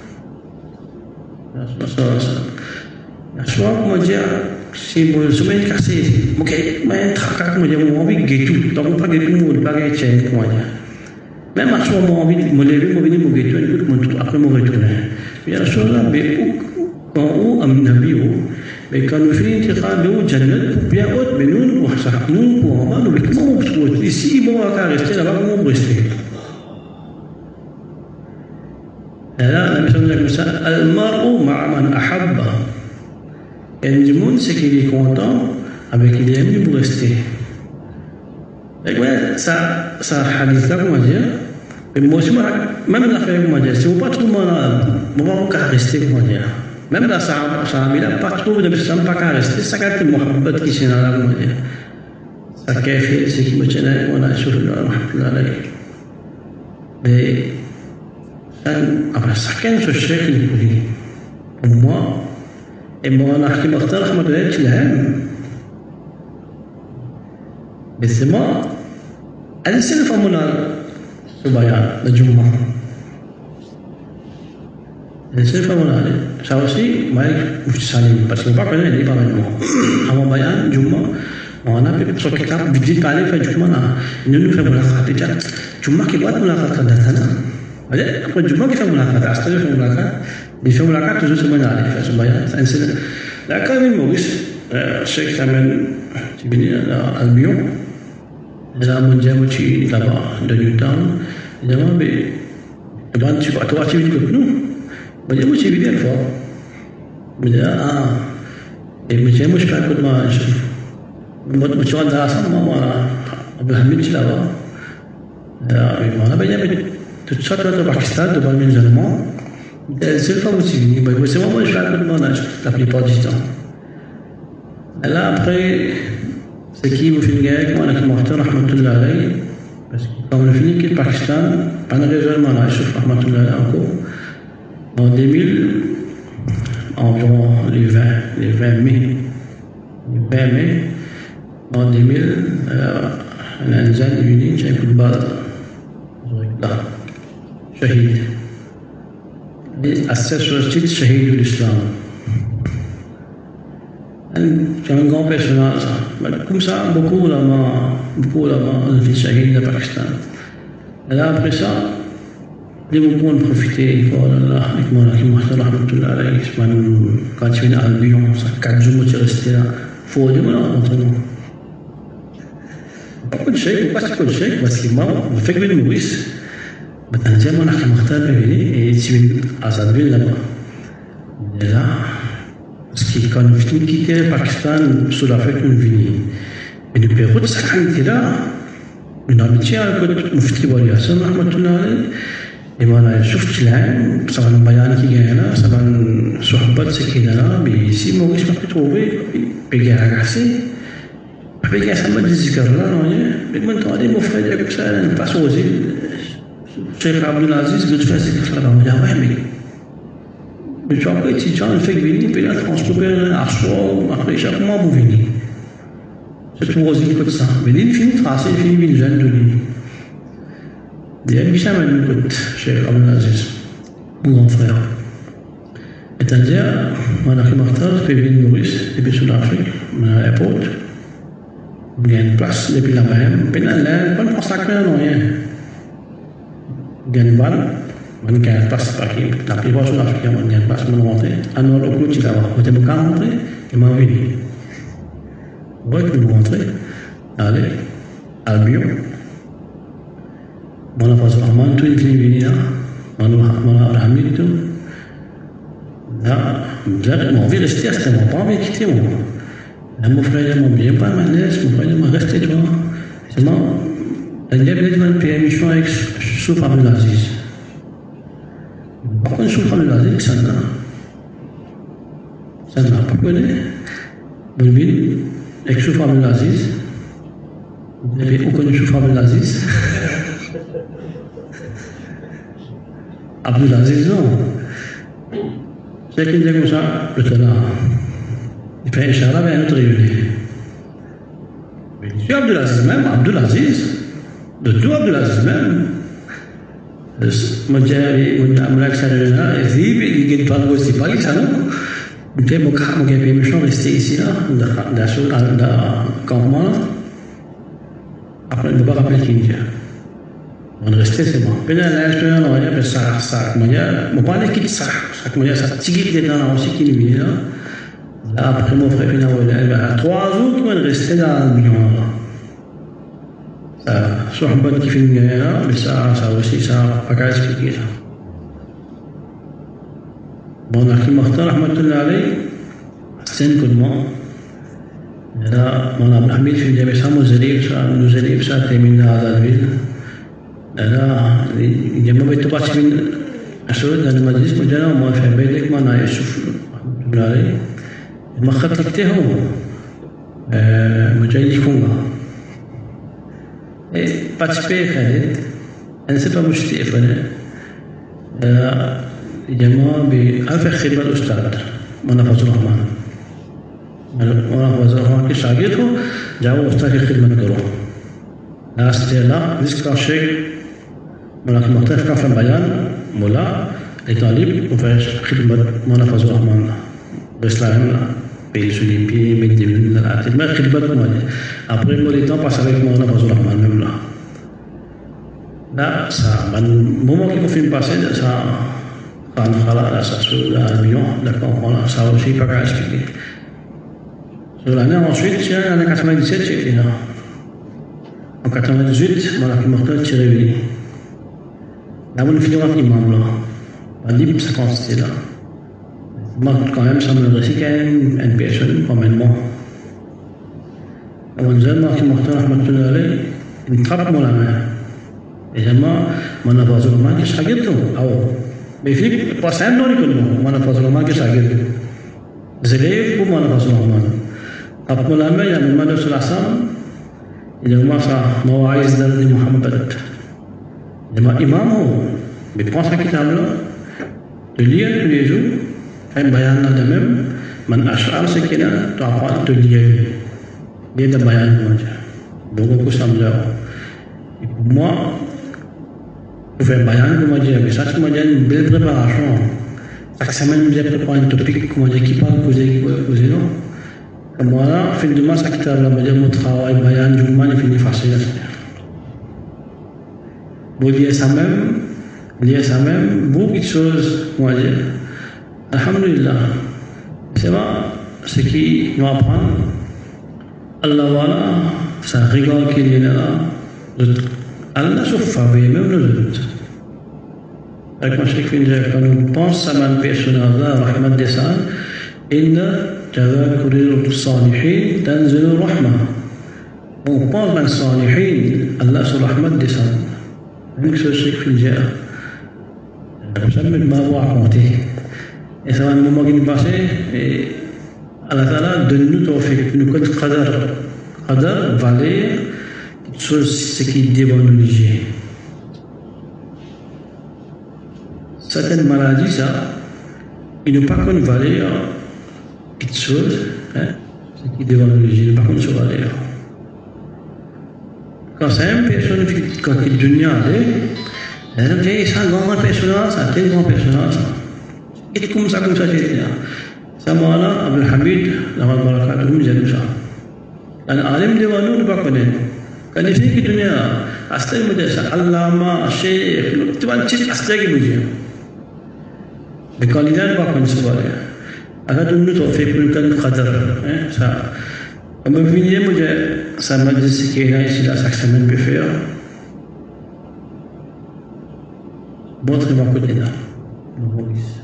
Speaker 2: À soi, à soi, comment dire. Si vous avez cassé, ok, mais tracasse, moi, j'ai envie de gâteau. Donc, on pas gâteau, on pas gâteau, comment dire. Même à ce moment, j'ai envie de me lever, je vais me gâteau, après, je vais retourner. Il y a la chose là, mais quand on a un avis, mais quand nous finissons de faire le Jannat, bien haute, mais nous, nous, ça, nous, pour en bas, nous, comment on trouve ici, bon, on va rester là-bas, comment on va rester. Et là, la mission de comme ça, Al-Mar'u ma'aman ahabba. Et du monde, c'est qu'il est content avec les amis pour rester. Et ouais, ça, ça, hadith là, comment dire, mais moi aussi, même l'affaire, comment dire, si vous ne pas trop mal, vous ne pouvez pas rester, comment dire. Même la sahaba, il n'a pas trop de personnes pas qu'à rester, ça a été Mohammed qui s'est là, comment dire. Ça a fait, c'est qui me tenait, on a sur le mais, après, chacun se cherche une vie. Pour moi, et moi, on a qui m'a dit, je me dis, mais c'est moi, elle c'est le fameux ce bayan, le Jumma. Elle c'est le fameux ça aussi, moi, je suis salé, parce que je ne pas connaître les pas maintenant. À mon bayan, Jumma, on a fait sur quelqu'un, visite par aller faire Jumma, nous nous faisons la carte, Jumma qui va nous la carte d'Atana. Après, Jumma qui fait la carte, Asta qui fait la carte, mais fait la carte toujours sur mon allée, faire ce bayan, c'est un sénat. La carte de Maurice, Cheikh Samen, tu viens à Albion. Là, mon Dieu, je suis là-bas, de Newtown. Il dit, mais, tu vas toi, tu vis comme nous. Je dis, moi, je vis une fois. Je dis, ah, et je dis, moi, je fais un coup de main. Je suis rentré à ça, moi, Abdelhamid, je suis là-bas. Il m'a dit, tout ça, tu vas au Pakistan, devant les musulmans. C'est une fois où tu vis. C'est moi, je fais un coup de main, la plupart du temps. Et là, après, c'est qui vous finissez avec moi, avec Mokhtar Rahmatullah alayhi, parce que quand on finit le Pakistan, pendant les heures, on a Chouf Rahmatullah alayhi encore, en deux mille, environ les vingt, les vingt mai, les vingt mai, en deux mille, l'Anzan est venu, j'ai un coup de balle, là, Shahid. Et à cette chose-ci, Shahid de l'Islam. C'est un grand personnage. Comme ça, beaucoup là-bas, beaucoup là-bas, on fait Shahid de Pakistan. Et là, après ça, les beaucoup ont profité, il faut Allah, avec moi, avec moi, rahmatullah alayhi, quand tu viens à Lyon, ça quatre jours, tu restes là. Il faut dire, voilà, entre nous. Pas de chèque, pas de chèque, parce que moi, je fais que le Maurice. Maintenant, j'ai mon acte mortel, et tu viens à Zadville là-bas. Déjà, parce que quand nous avons quitté le Pakistan, sous l'Afrique, nous venons. Et nous perdons ça quand on est là. Nous avons amitié avec le Mufti Wali Hassan, rahmatullah alayhi. Et voilà, sauf qu'il y a un, ça va un bayan qui gagne là, ça va un sohbat qui est là, mais ici, Maurice m'a pu trouver, puis il y a un agassé. Puis il y a ça m'a dit zikr là, mais maintenant, mon frère, il y a comme ça, il passe aux îles. Cheikh Abdelaziz, je fais zikr là, il y a ouais, mais. Mais tu as après, si tu as un fait venir, puis là, transporter un soir, après, chaque mois, vous venez. C'est tout rosé comme ça. Mais il finit tracé, il finit une jeune de lui. Il y a une mission à l'écoute, Cheikh Abdelaziz, mon grand frère. C'est-à-dire, on a fait Martin, puis Vin Maurice, depuis Sud-Afrique, on a l'aéroport. Il y a une place depuis la même, puis là, on ne pense pas qu'il y a rien. Il y a une balle. On a une place par qui, la plupart des Africains, on a une place pour nous rentrer. Alors, le coup, tu vas voir. On était beaucoup rentré, et m'a venu. On va que nous rentrer. Allez, Albion. Mana Fazl Rahman tu infini vini mana mana Hamid tu. Là, j'ai envie de rester à ce moment, pas envie de quitter moi. Mon frère m'a bien pas mal mon frère m'a resté toi. C'est moi. Il y a bien une émission avec Souf Abdelaziz. Par contre, Souf Abdelaziz, ça n'a. Ça n'a pas connu. Bonville, avec Souf Abdelaziz. Vous avez connu Souf Abdelaziz? Abdelaziz, non. C'est qu'il dit comme ça, le talent. Il fait Inch'Allah, mais un autre réunion. Mais je suis Abdelaziz même, Abdelaziz, de tout Abdelaziz même. Moi, j'ai dit, Amrak Sarajana, et si, il ne parle pas aussi pas, il s'en a. J'ai dit, moi, j'ai pu rester ici, là, dans le campement. Après, je ne peux pas rappeler qui il y a. On est resté, c'est bon. Puis là, l'expérience, on va dire, ça, ça, comment dire, on va parler qui ça, ça, comment dire, ça, tigit les dents aussi qui nous vient là. Là, après, mon frère, finalement, il a trois jours qu'on est resté dans le million là. Ça, soit un bon qui fait une guerre là, mais ça, ça aussi, ça, pas qu'à expliquer ça. Bon, Akhi Makhtar, rahmatullah alayhi, c'est un coup de main. Là, mon Abdelhamid, il dit, mais ça, nous élèves, ça, nous élèves, ça, termine à la ville. Là, il y a mauvais tout parti à ce dans le majlis, mais là, moi, je fais bien que moi, je souffle. Je m'a خطبته مجاي كونغا et participer Khalid أنا سبب مشتي فأنا الجماعة بألف خدمة الأستاذ من فضل الرحمن من فضل الرحمن كيش عقيده جاوا أستاذ خدمة كروه ناس تلا ذكر شيء ولكن مختلف كان في البيان مولا لطالب وفاش خدمة من فضل الرحمن بإسلام pays sur les pieds, mettre des lunes dans la tête, mais il va après le temps passe avec moi, on a pas besoin même là. Là, ça, le moment qui confirme passer, ça, ça, ça sur l'avion, d'accord, ça aussi pas qu'à expliquer. Sur l'année ensuite, tiens, l'année quatre-vingt-dix-sept, j'étais là. En quatre-vingt-dix-huit, mon ami mortel, j'ai réveillé. Là, on finit avec l'imam là. On dit, ça consistait là. Moi, quand même, ça me réussit quand même une personne, comme moi. On dit, moi, qui m'a dit, il me frappe la main. Et je m'en ai pas besoin de ça. Mais il fait pas simple, non, il m'en a pas besoin de ça. Les élèves, pour m'en a pas besoin de ça. Frappe la main, il y a une main sur la salle. Il dit, moi, ça, moi, je suis Mohamed. Il dit, imam, mais pense à kitab là, de lire tous les jours. Un bayan là de même, man ash'ar c'est qu'il a tu apprends de lire. Lire de bayan moi. Beaucoup ça me Et pour moi, je fais bayan comme moi dire, mais ça c'est moi dire une belle préparation. Chaque semaine je prépare un topic comme moi dire qui parle poser qui poser non. Comme moi là, fin de mois ça qui travaille moi dire mon travail bayan du moment il finit facile à faire. Vous lire ça même, lire ça même, beaucoup de choses moi dire. Alhamdulillah, c'est vrai, ce qui nous apprend, Allah voilà, ça rigole qu'il est là, Allah se fait même nous autres. Avec moi, c'est quand on pense à ma personne, Allah, Rahmat Dessan, Inna tadhakurir salihin tanzilu rahma. On pense à un salihin, Allah sur Rahmat Dessan. Même ce c'est qu'il y a. Ça me m'a raconté. Et ça va un moment qui nous passe, et Allah Ta'ala donne-nous tawfiq, nous connaît Qadar. Qadar, valer, ce qui devant nous léger. Certaines maladies, ça, ils n'ont pas connu valer quelque chose, hein, ce qui devant nous léger, ils n'ont pas connu ce valer. Quand c'est une personne qui, quand il est devenu allé, elle dit, c'est un grand personnage, c'est un grand personnage. Et comme ça, comme ça, j'étais là. Ça m'a là, Abdelhamid, la Barakatuh, nous avons ça. Un alim devant nous, ne pas connaître. Quand il fait qu'il est là, Astra me dit ça, Allama, Cheikh, tu vas le titre, Astra qui me dit. Mais quand il est là, ne pas connaître ce volet. Alors, nous, on fait plus qu'un qadar. Ça. On me finit, moi, ça m'a dit ce qu'il y a ici, là, chaque semaine, peut faire. montrez-moi côté là. Maurice.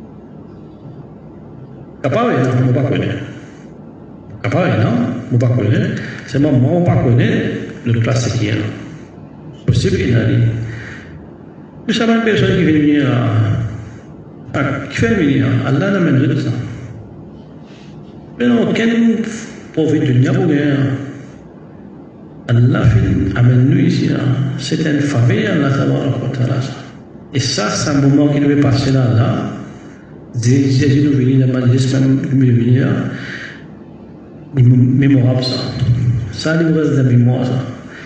Speaker 2: Capable, non, je ne pas connaître. Capable, non, je ne pas connaître. C'est moi, moi, je ne pas connaître le classe qui est là. Possible qu'il y ait. Nous sommes une personne qui vient venir à. Qui fait venir Allah n'a même pas ça. Mais non, quel profite de Nia pour gagner. Allah amène nous ici là. C'est une famille, Allah ta'ala. Et ça, c'est un moment qui devait passer là, là. Jésus nous venir dans ma liste, même nous venir. Mémorable ça. Ça, il nous reste dans la mémoire, ça.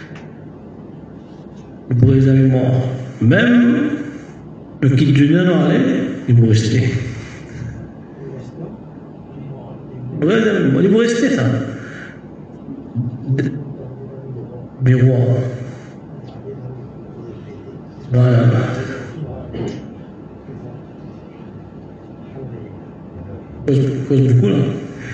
Speaker 2: Il nous reste dans la mémoire. Même le kit de Dieu non aller, il nous reste. Il nous reste ça. Miroir. Voilà. Cause, cause beaucoup là.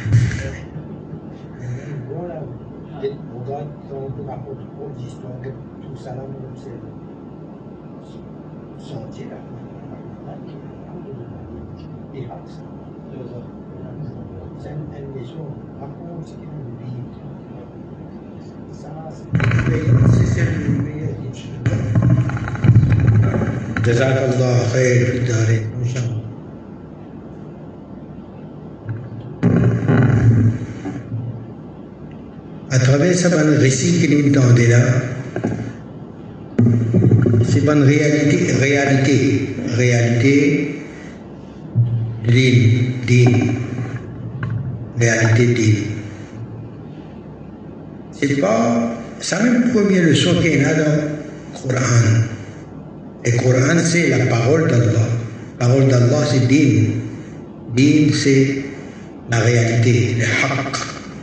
Speaker 1: جزاك الله خير في الدارين ان شاء الله. À travers ce bon récit que nous entendons là, c'est une réalité, réalité, réalité, l'île, l'île, réalité d'île. C'est pas, c'est même la première leçon qu'il y a dans le Coran. Et le Coran, c'est la parole d'Allah. La parole d'Allah, c'est din. Din, c'est la réalité, le haqq.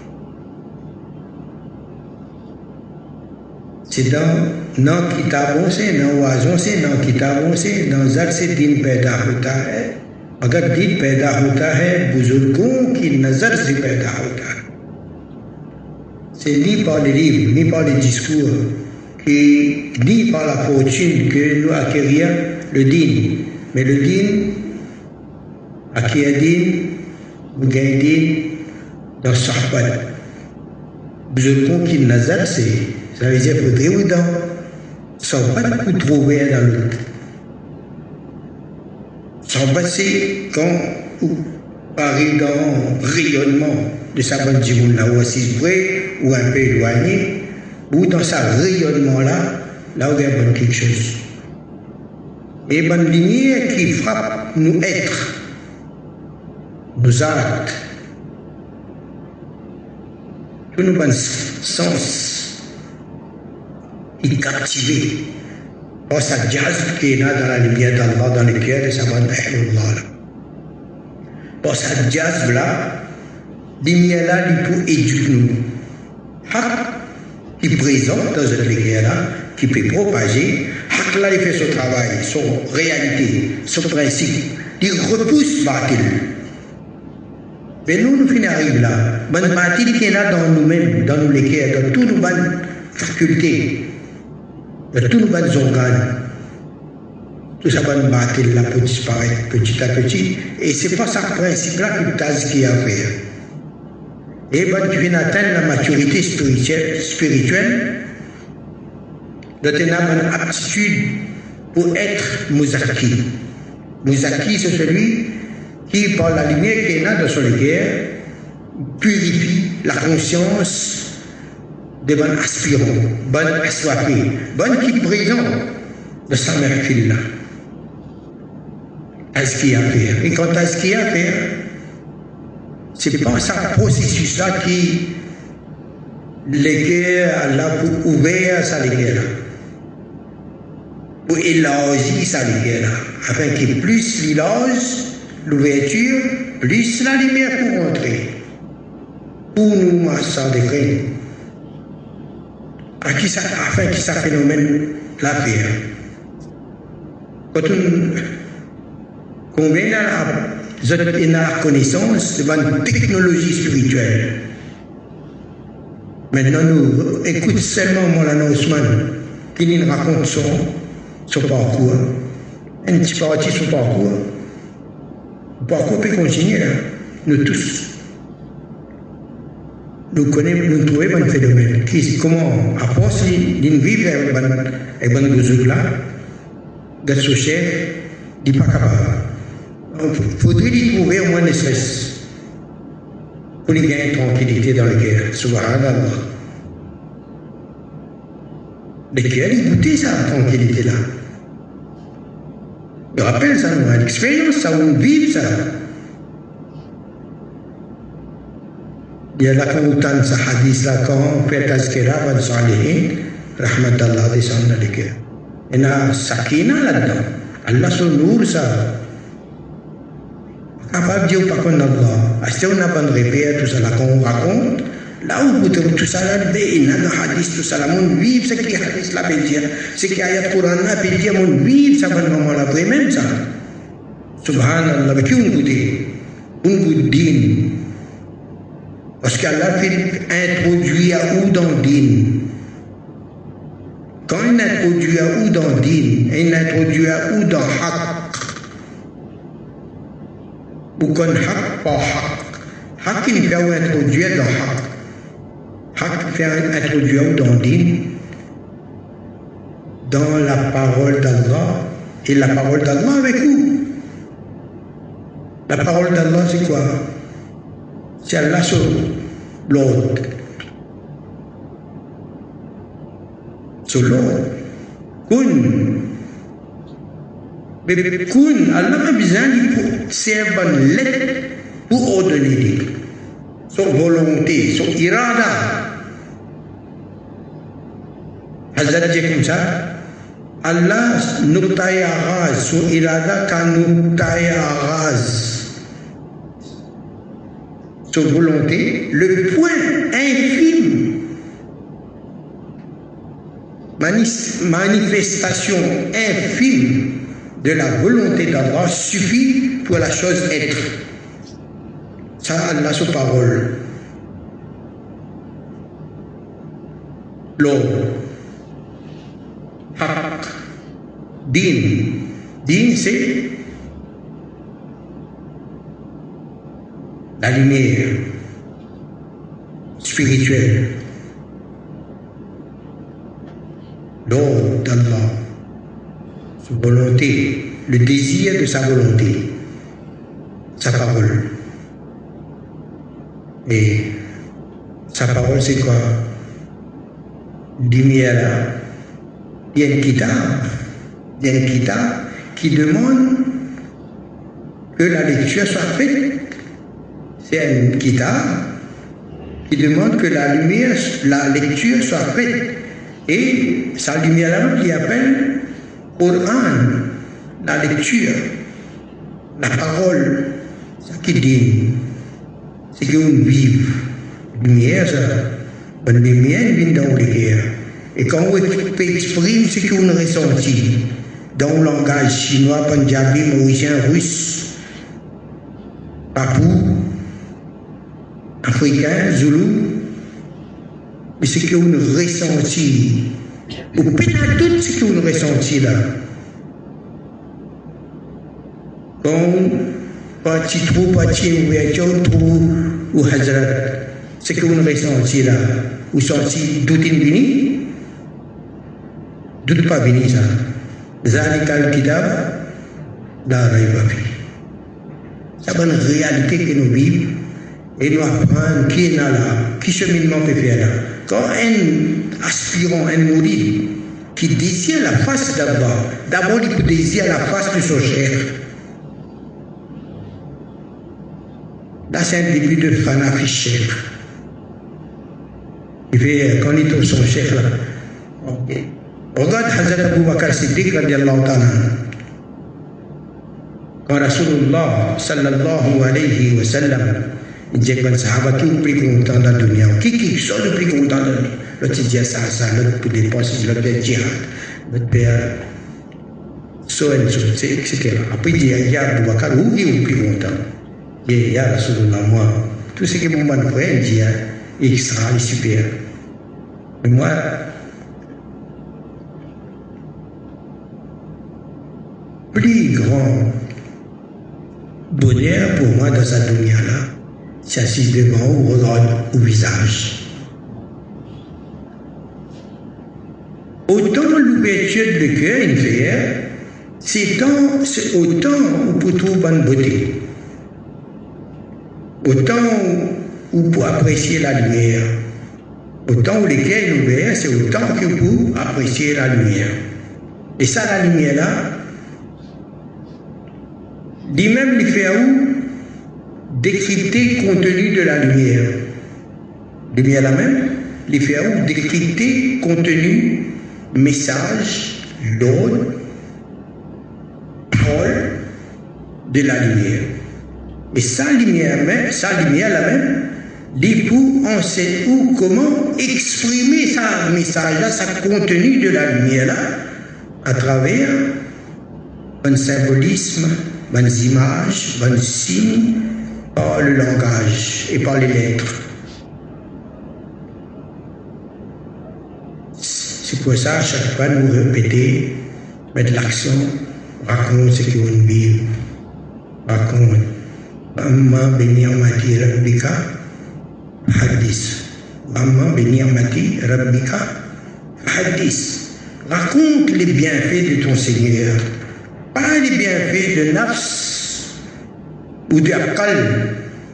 Speaker 1: C'est dans nos kitabons, c'est dans oiseaux, c'est dans kitabons, c'est dans zat, c'est din पैदा होता है. अगर दिन पैदा होता है बुजुर्गों की नजर से पैदा होता है. C'est ni par les livres, ni par les discours, qui, ni par la fortune que nous acquérions le din. Mais le din, acquérir din, vous gagnez din dans Sahbat. Buzurbon qui nazar, c'est, ça veut dire faudrait ou dans Sahbat vous trouver dans l'autre. Sahbat, c'est quand vous parlez dans rayonnement de sa bonne djimoun là, ou assise près, ou un peu éloigné, ou dans sa rayonnement-là, là où il y a quelque chose. Et bonne lumière qui frappe nous êtres, nos actes, tous nos bons sens, qui captivent par sa jazz qui est là dans la lumière d'Allah, dans le cœur de sa bonne Ahlullah. Par sa jazz là, lumière là, il peut éduquer nous. Qui présente dans cette lumière-là, qui peut propager, Hak là, il fait son travail, son réalité, son principe, il repousse Batil. Mais nous, nous finissons arrive là, ben Batil qui est là dans nous-mêmes, dans nos cœurs, dans toutes nos bonnes facultés, dans tous nos bonnes organes. Tout ça, ben Batil là peut disparaître petit à petit, et c'est pas ça principe-là qui a à faire. Et quand tu viens atteindre la maturité spirituelle, spirituelle de tenir une aptitude pour être Mouzaki. Mouzaki, c'est celui qui, par la lumière qu'il a dans son cœur, purifie la conscience des bons aspirants, bonnes assoiffés, bonnes qui présentent de sa mère fille-là. À ce qu'il y a à faire. Et quant à ce qu'il y a à faire, c'est pas ce processus-là qui les cœurs là pour ouvrir sa lumière, pour élargir sa lumière, afin que plus l'élage, l'ouverture, plus la lumière pour entrer, pour nous marcher des graines, afin que ça phénomène la faire. Quand on combien la la connaissance de la technologie spirituelle. Maintenant, nous écoutons seulement mon annoncement qui nous raconte son, son parcours. un petit parti son parcours. Le parcours peut continuer, là. Nous tous. Nous connaissons, nous trouvons un phénomène. Qui, comment, à part si nous vivons avec un gouzouk là, d'être son chef, il n'est pas capable. Il faudrait lui trouver au moins ne stress pour lui gagner tranquillité dans le cœur. Subhanallah. Le cœur, il goûtait ça, tranquillité là. Je rappelle ça, moi, l'expérience, ça, on vit ça. Il y a là qu'on entend ce hadith là, quand on fait tazkira, on salihin, rahmatallah, descend dans le cœur. Il y a sakina là-dedans. Allah son nour, ça. Capable de dire par contre Allah. Est-ce qu'on a pas de répéter tout ça là qu'on raconte? Là où vous trouvez tout ça là, il y a un hadith, tout ça là, mon vivre, ce qui est hadith là, peut dire, ce qui est ayat Coran là, peut dire, mon vivre, ça va le moment là, vrai même ça. Subhanallah, mais qui on goûte? On goûte din. Parce qu'Allah fait introduire à où dans din. Quand il introduit à où dans din, il introduit à où dans haq. Ou quand haq, pas haq. Haq, il fait introduire dans haq. Haq fait introduire où dans din. Dans la parole d'Allah. Et la parole d'Allah avec où? La parole d'Allah, c'est quoi? C'est Allah sur l'autre. Sur l'autre. Kun. Mais kun, Allah a besoin de servir une lettre pour ordonner. Son volonté, son irada. Hazrat dit comme ça. Allah nous taille à ras, son irada quand nous taille à ras. Son volonté, le point infime, manifestation infime de la volonté d'Allah suffit pour la chose être. Ça, Allah, sa parole. L'eau. Haq. Din. Din, c'est la lumière spirituelle, l'ordre d'Allah, sa volonté, le désir de sa volonté, sa parole. Et sa parole, c'est quoi? Lumière là. Il y a une kitab, il y a une kitab qui demande que la lecture soit faite. C'est une kitab qui demande que la lumière, la lecture soit faite. Et sa lumière-là qui appelle Coran, la lecture, la parole, ça qui dit, c'est qu'on vive. Lumière, ça, bonne lumière vient dans le cœur. Et quand on exprime ce qu'on ressentit dans le langage chinois, punjabi, mauricien, russe, papou, africain, zoulou, mais ce qu'on ressentit, ou peut-être tout ce qu'on ressentit là. Quand parti trop, parti ouverture trop, ou hazrat, ce qu'on ressentit là, ou senti doutin bini, doute pas bini ça. Zalikal kitab, la rayba fi. C'est une réalité que nous vivons. Et nous apprendre qui est là, qui cheminement peut faire là. Quand un aspirant, un mouride, qui désire la face d'Allah, d'abord il désire la face de son chef. Là, c'est un début de fanafi chef. Il fait, quand il trouve son chef là, ok. Regarde Hazrat Abu Bakr Siddiq radiallahu ta'ala. Quand Rasulullah sallallahu alayhi wa sallam, il dit que les sahaba qui sont plus contents dans la dunya, qui qui sont le plus contents dans la dunya, l'autre dit ça, ça, l'autre peut dépenser, l'autre peut djihad, l'autre peut so et so, et cetera. Après il dit, ya Abu Bakr, où est le plus content? Il dit, ya Rasulullah, moi, tout ce que mon man fait, il dit, il sera, il est super. Mais moi, plus grand bonheur pour moi dans cette dunya-là, c'est assis devant ou regarde au visage. Autant l'ouverture de cœur, une fait, c'est autant pour trouver bonne beauté. Autant ou pour apprécier la lumière. Autant où le cœur est ouvert, c'est autant que pour apprécier la lumière. Et ça, la lumière-là, lui-même, il fait où décrypter le contenu de la lumière. Lumière-là même, il fait où décrypter le contenu, message, l'ordre, parole de la lumière. Et sa lumière même, sa lumière là même, dit pour on sait où, comment exprimer sa message là, sa contenu de la lumière là, à travers un symbolisme, des images, des signes, par le langage et par les lettres. C'est pour ça, à chaque fois, nous répéter, mettre l'accent, raconte ce qu'on vit, raconte. Amma bini amati rabbika hadis. Amma bini amati rabbika hadis. Raconte les bienfaits de ton Seigneur, pas les bienfaits de nafs ou d'aqal.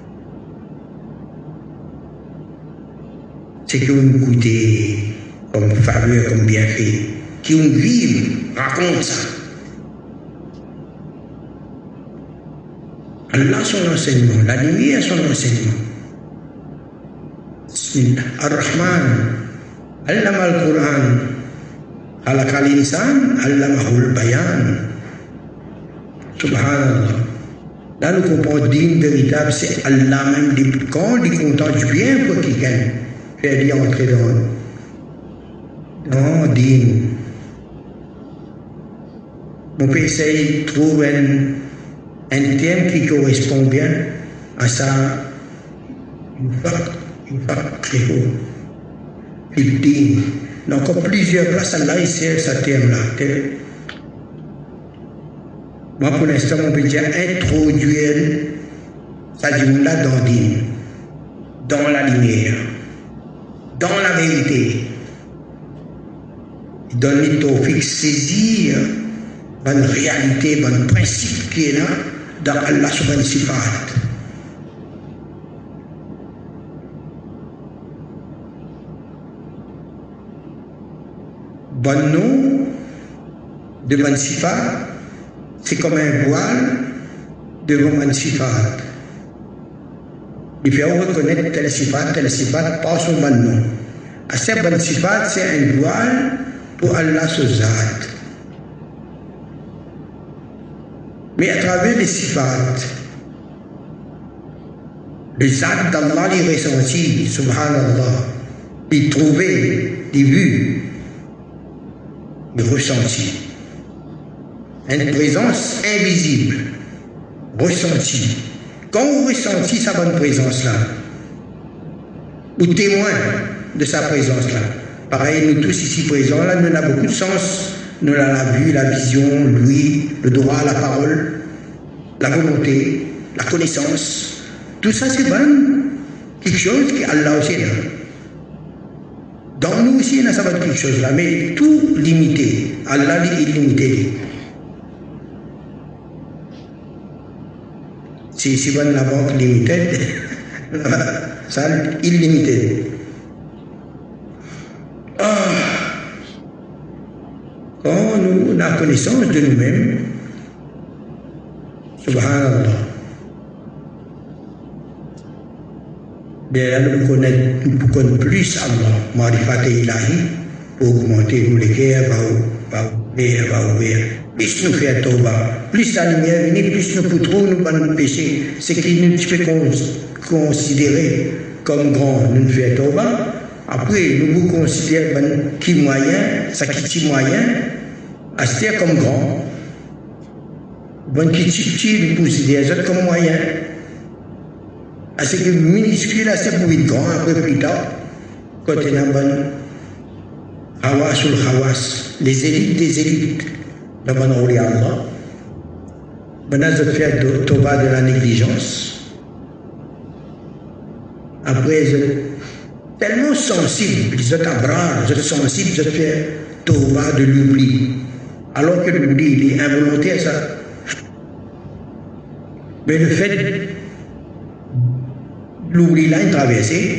Speaker 1: C'est que vous goûtez comme faveur, comme bienfait, qui vous vivent, raconte ça. Allah son enseignement, la lumière son enseignement. Bismillah. Ar-Rahman, Allama al-Quran, Khalaq al-Insan, Allamahu al-Bayan. Subhanallah. Là, nous comprenons digne véritable, c'est Allah même. Quand il est content du bien pour qu'il gagne, fait lui entrer dans, dans digne. Mon peut essayer de trouver un un thème qui correspond bien à ça, une fac, une fac très haut. Il dit, il y a encore plusieurs places, Allah, il sert ce thème-là. Moi, pour l'instant, on peut dire introduire ça dit là dans l'île, dans la lumière, dans la vérité. Il donne les tawfiq saisir bonne réalité, bon principe qui est là dans Allah subhanahu wa ta'ala. Bon nom de bon sifat, c'est comme un voile devant bon sifat. Il faut reconnaître tel sifat, tel sifat par son bon nom. À ce bon sifat, c'est un voile pour Allah sur zat. Mais à travers les sifat, le zat d'Allah les ressentis, subhanallah, les trouver, les vus, les ressentis. Une présence invisible, ressentie. Quand vous ressentez sa bonne présence-là, ou témoin de sa présence-là, pareil, nous tous ici présents, là, nous avons beaucoup de sens. Nous avons la vue, la vision, l'ouïe, le droit, la parole, la volonté, la connaissance. Tout ça, c'est bon. Quelque chose qui Allah aussi là. Dans nous aussi, il y a ça va quelque chose là, mais tout limité. Allah est illimité. Si c'est bon la banque limitée, ça illimité. Ah. Quand nous avons la connaissance de nous-mêmes, subhanallah, bien là nous connaissons plus Allah, marifat ilahi, pour augmenter nous les cœurs, va ouvrir, va ouvrir. Plus nous faisons tauba, plus la lumière vient, plus nous pouvons nous pas nous pécher. Ce qui nous fait considérer comme grand, nous faisons tauba. Après, nous vous considérons qui moyen, ça qui est moyen, à se faire comme grand. Bon qui est petit, nous considérons comme moyen. À ce que minuscule, c'est pour être grand, après plus tard, quand on a bon hawas ou hawas, les élites des élites, la bonne Allah, Maintenant, je fais Toba de la négligence. Après, je tellement sensible, je t'abrase, je suis sensible, je fais Toba de l'oubli. Alors que l'oubli, il est involontaire, ça. Mais le fait, l'oubli là, il traverse,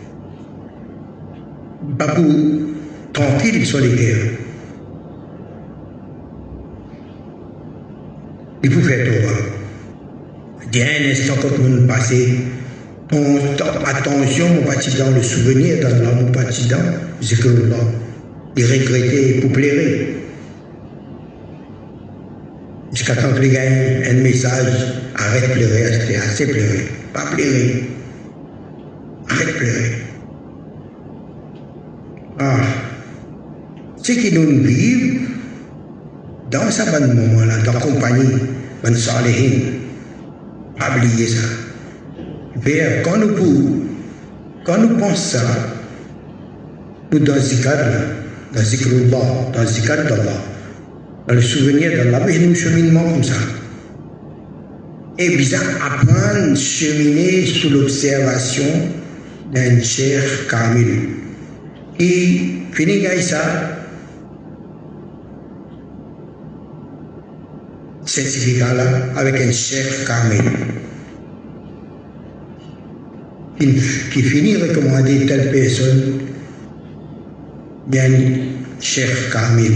Speaker 1: pas pour tranquille sur les guerres. Il faut faire Toba. Il y a un instant quand vous passez, ton, ton attention, mon parti dans le souvenir, dans la mon parti dans, c'est que là, il regrettait pour pleurer. Jusqu'à temps que les gars aient un message, arrête de pleurer, c'est assez pleurer, pas pleurer. Arrête de pleurer. Ah, ce qui nous vivent, dans ce bon moment-là, dans la compagnie, dans le Salihin, pas oublier ça. Mais quand nous, quand nous pensons ça, nous dans le zikr, dans le zikrullah, dans le zikr d'Allah, dans le souvenir d'Allah, mais nous cheminement comme ça. Et bien, apprendre à cheminer sous l'observation d'un cheikh kamil. Et finir ça, certificat-là, avec un cheikh kamil. Qui, qui finit recommander telle personne, bien cheikh kamil.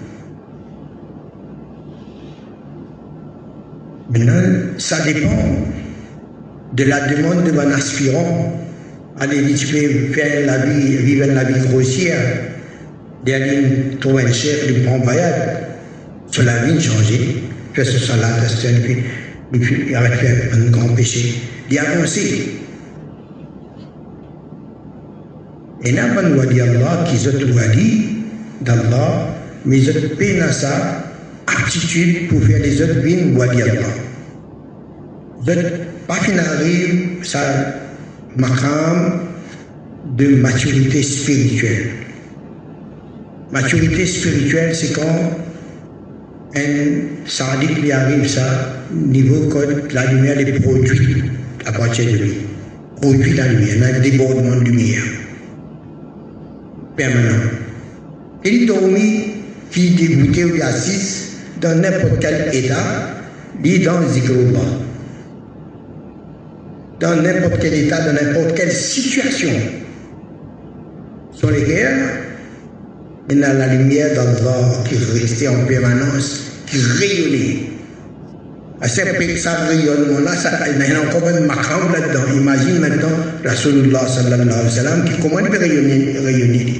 Speaker 1: Maintenant, ça dépend de la demande de mon aspirant. Allez, tu peux faire la vie, vivre la vie grossière, d'aller trouver un chef, lui prendre bayad, sur la vie changer, faire ce salat, puis il arrête de faire un grand péché, d'y avancer. Et là, on doit dire Allah qui se doit dire d'Allah, mais je peine à ça. Aptitude pour faire les autres vignes ou à dire pas. Pas qu'il arrive, ça maqam de maturité spirituelle. Maturité spirituelle, c'est quand un sadique lui arrive ça, niveau quand la lumière est produite à partir de lui. Produit la lumière, il y a un débordement de lumière permanent. Il dormit, qui dégoûté ou assis, dans n'importe quel état, dit dans le zikrullah. Dans n'importe quel état, dans n'importe quelle situation. Sur les guerres, il y a la lumière d'Allah qui restait en permanence, qui rayonnait. À ce ça rayonnement-là, il y a encore un maqam là-dedans. Imagine maintenant Rasulullah sallallahu alayhi wa sallam qui comment il peut rayonner, rayonner.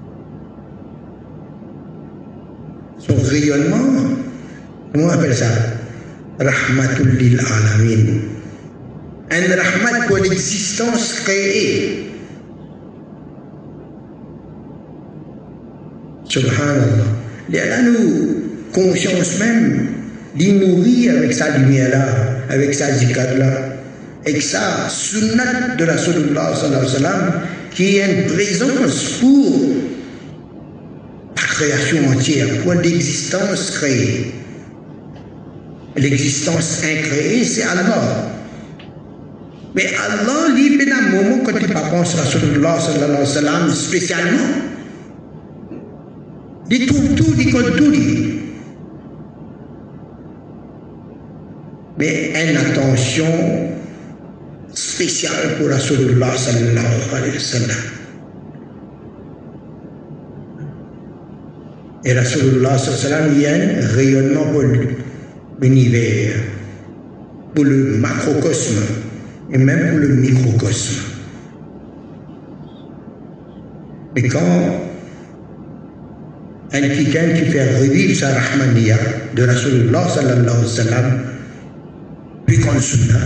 Speaker 1: Son rayonnement, comment on appelle ça? Rahmatul lil alamin. Un rahmat pour l'existence créée. Subhanallah. Là, nous, conscience même, d'y nourrir avec sa lumière-là, avec sa zikr-là, avec sa sunnat de Rasulullah sallallahu alayhi wa sallam, qui est une présence pour la création entière, pour l'existence créée. L'existence incréée, c'est Allah. Mais Allah, lui, il y a un moment quand il pense à Rasulullah sallallahu alayhi wa sallam, spécialement, il trouve tout, il compte tout. Mais une attention spéciale pour Rasulullah sallallahu alayhi wa sallam. Et Rasulullah sallallahu alayhi wa sallam, il y a un rayonnement pour l'univers, pour le macrocosme et même pour le microcosme. Mais quand un quelqu'un qui fait revivre sa rahmaniya de Rasulullah sallallahu alayhi wa sallam, puis qu'on sunna,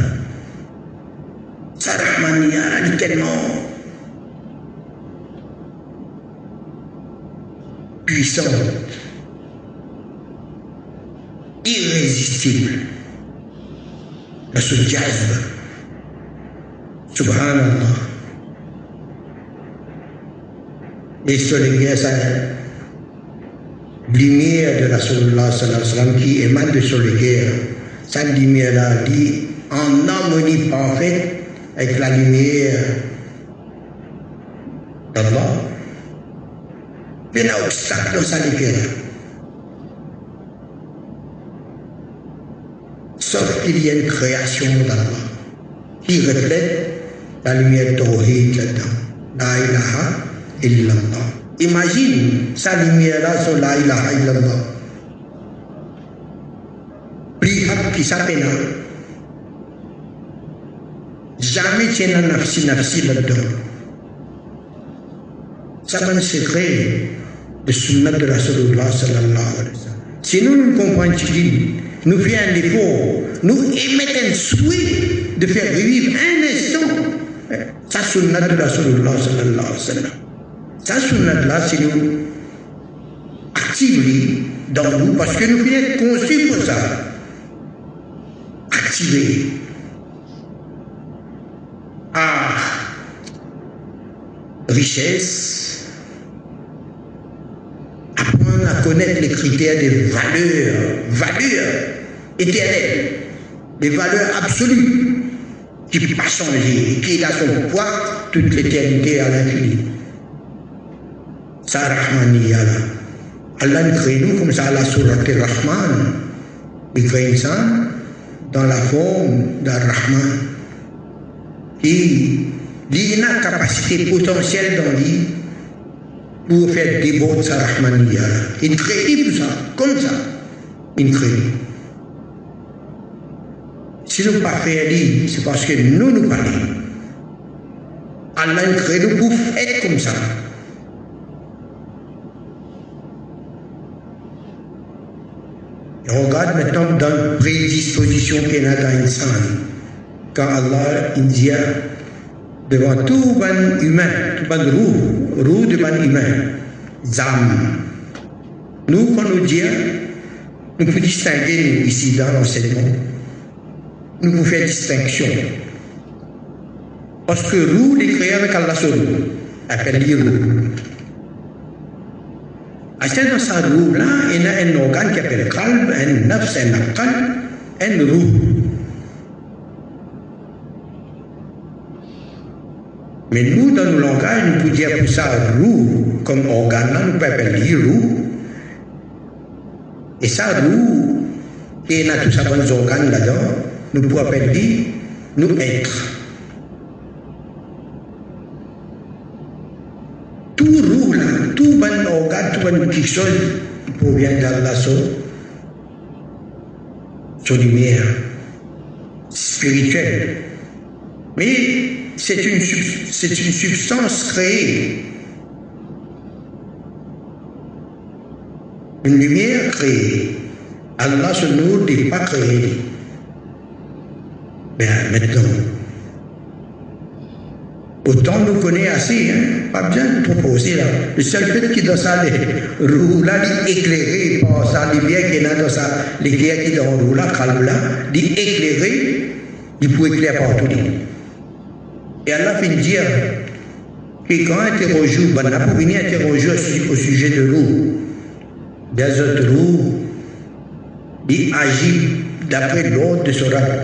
Speaker 1: sa rahmaniya est tellement puissante, irrésistible, à ce jazb. Subhanallah. Et sur les guerres, ça lumière de Rasulullah sallallahu alayhi wa sallam qui émane de sur les guerres, Sa lumière-là, dit en harmonie parfaite avec la lumière d'Allah. Il y a un obstacle dans sa lumière. Sauf qu'il y a une création d'Allah qui reflète la lumière tawhid là-dedans. La ilaha illallah. Imagine sa lumière-là sur la ilaha illallah. Prihak qui s'appelle jamais tiens un nafsi nafsi là-dedans. Ça va un secret de sunnat de Rasulullah sallallahu alayhi wa sallam. Si nous nous comprenons, nous faisons un effort, nous émettons un souhait de faire revivre un instant sa sunnat de Rasulullah sallallahu alayhi wa sallam. Sa sunnat là, c'est nous activer dans nous parce que nous faisons conçus pour ça. Activer. Ah, richesse, apprendre à connaître les critères des valeurs, valeurs éternelles, des valeurs absolues qui ne peuvent pas changer, qui est à son poids toute l'éternité à l'infini. Ça, Rahmaniya, Allah nous crée nous comme ça, Allah Surat al-Rahman, il crée ça dans la forme d'un Rahman qui a une capacité potentielle dans lui pour faire des bons de sa Rahmaniya. Il crée tout ça, comme ça, il crée. Si nous ne pas faire lui, c'est parce que nous nous parlons. Allah nous crée nous pour être comme ça. Et regarde maintenant dans la prédisposition qu'il y a dans l'insan. Quand Allah il dit devant tout ban humain, tout ban roux, roux de ban humain, zam. Nous, quand nous disons, nous pouvons distinguer ici dans l'enseignement. Nous pouvons faire distinction. Parce que roux, les créés avec Allah sur roux, appelle les roux. Acheter dans sa roue là, il y a un organe qui appelle qalb, un nafs, un aqal, un roue. Mais nous, dans nos langages, nous pouvons dire pour ça roue, comme organe là, nous pouvons appeler roue. Et ça roue, et il y a tous ces organes là-dedans, nous pouvons appeler nous être. Tout roue là, tout bon organe, tout bon quelque chose provient d'Allah, son lumière spirituelle. Mais c'est une, c'est une substance créée. Une lumière créée. Allah se nous n'est pas créé. Mais maintenant, autant nous connaît assez, hein? Pas besoin de proposer là. Le seul fait qu'il dans ça, les roues là, éclairé par sa lumière qui est dans ça, l'éclair qui est dans le roue là, calme là, éclairé, il peut éclairer partout. Et Allah fait dire que quand interroge, ben, on a pour venir interroger au sujet de l'eau, des autres roues, il agit d'après l'ordre de son rab.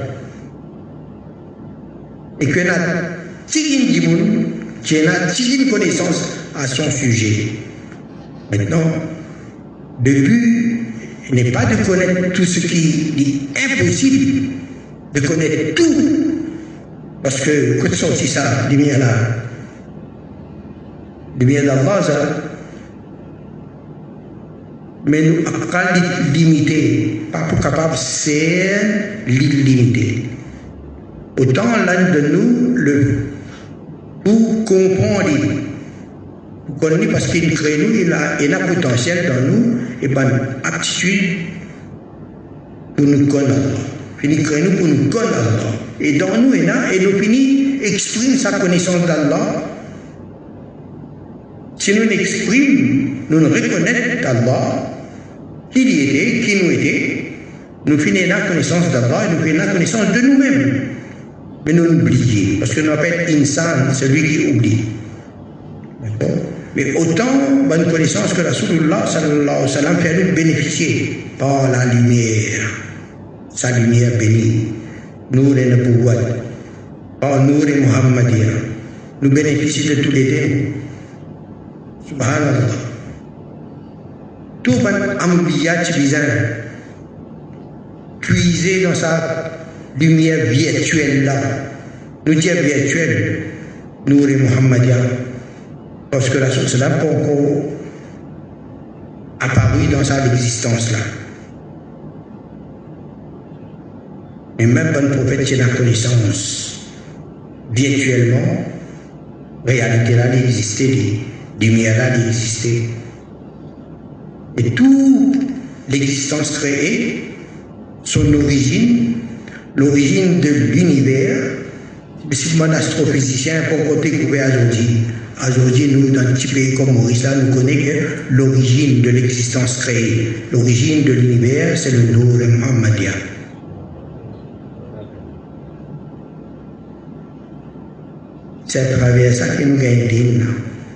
Speaker 1: Et qu'il y a Tigin Dimoun, qui a une connaissance à son sujet. Maintenant, le but n'est pas de connaître tout ce qui est impossible, de connaître tout. Parce que, quand sorti ça, lumière là, lumière d'Allah, ça, mais nous, pas limité, pas pour capable, c'est l'illimité. Autant l'un de nous, le pour comprendre, pour connaître parce qu'il crée nous, il a un potentiel dans nous, et ben aptitude pour nous connaître Allah. Il crée nous pour nous connaître Allah. Et dans nous, il a, et nous finit exprime sa connaissance d'Allah. Si nous l'exprimons, nous nous reconnaissons d'Allah, qui il était, qui nous était, nous finissons la connaissance d'Allah et nous finissons la connaissance de nous-mêmes. Mais nous oublions, parce que nous appelons insan, celui qui oublie. D'accord? Mais autant bonne connaissance que Rasulullah sallallahu alayhi wa sallam fait nous bénéficier par la lumière. sa lumière bénie, Nour et Nabuwat, par Nour et Muhammadiyya, nous bénéficions de tous les dons. Subhanallah. Tout le ambiya bizarre, puisé dans sa lumière virtuelle là, nous disons virtuelle, Nour et Muhammadiyya, parce que la chose là pas encore apparu dans sa existence là. Et même bon prophète qui a la connaissance virtuellement, réalité là d'exister, lumière là d'exister. Et toute l'existence créée, son origine, l'origine de l'univers, si mon astrophysicien pour découvrir aujourd'hui, aujourd'hui nous dans un petit pays comme Maurice là, nous connaissons l'origine de l'existence créée. L'origine de l'univers, c'est le Nour et Muhammadiyya. C'est à travers ça que nous gagnons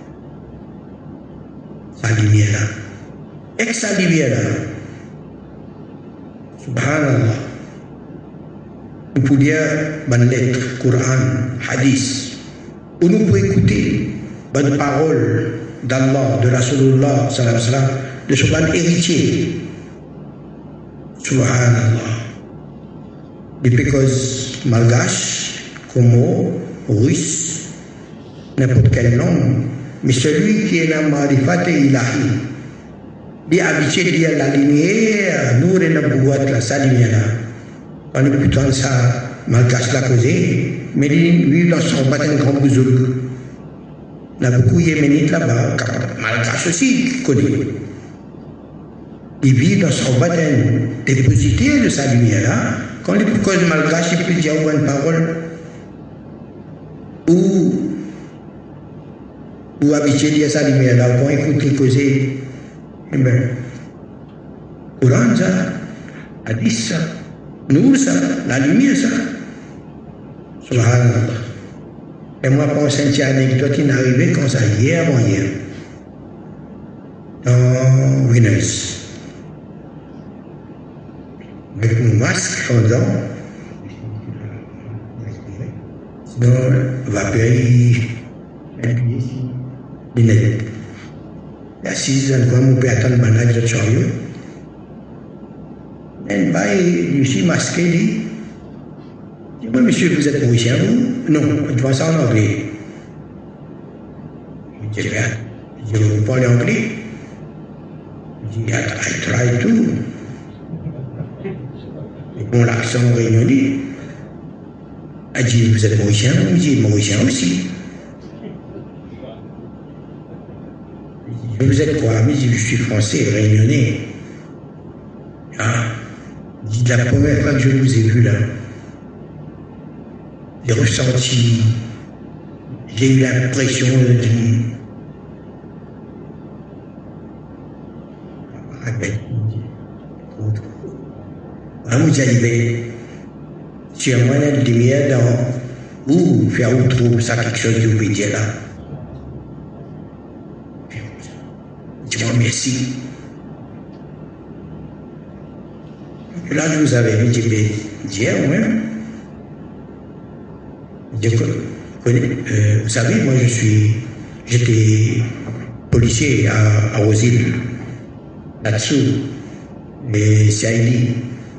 Speaker 1: sa lumière là. Et sa lumière là, subhanallah, nous pouvons dire bonne lettre, Coran, Hadith, où nous pouvons écouter bonne parole d'Allah, de Rasulullah, sallallahu alayhi wa sallam, de ce bon héritier, subhanallah. Depuis cause malgache, como, russe, n'importe quelle langue, mais celui qui est dans Marifat et Ilahi, il est habitué de dire la lumière, Nour et Nabuwat, la sa lumière là. On est plutôt dans ça, malgache la causée, mais lui, dans son baptême grand bouzouk. Il y a beaucoup de Yéménites là-bas, malgache aussi, connu. Il vit dans son baptême dépositaire de sa lumière là. Quand il est cause malgache, il peut dire une parole ou ou habitué de dire sa lumière là, quand écouter causer, eh bien, Coran ça, Hadith ça, Nour ça, la lumière ça, subhanallah. Et moi, pour une petite anecdote, il est arrivé comme ça, hier avant hier, dans Winners, avec mon masque en dedans, sinon, vapeur, il y a six ans, quand on peut attendre le manage de chariot, et je suis masqué, je dis, monsieur, vous êtes mauricien, vous? Non, je pense ça en anglais. Je dis, je vous parle anglais. Je dis, I try to. Et bon, l'accent réunionnais. Elle dit, vous êtes mauricien? Je dis, mauricien aussi. Vous êtes quoi? Je dis, je suis français, réunionnais. Ah, je dis, la première fois que je vous ai vu là, j'ai ressenti, j'ai eu l'impression de dire, moi j'arrivais sur un moyen de lumière dans où faire où trouve ça quelque chose de vous dire là. Dis-moi merci. Et là je vous avais dit, hier même. Je connais, euh, vous savez, moi je suis, j'étais policier à, à Osil, là-dessous, et Saïli.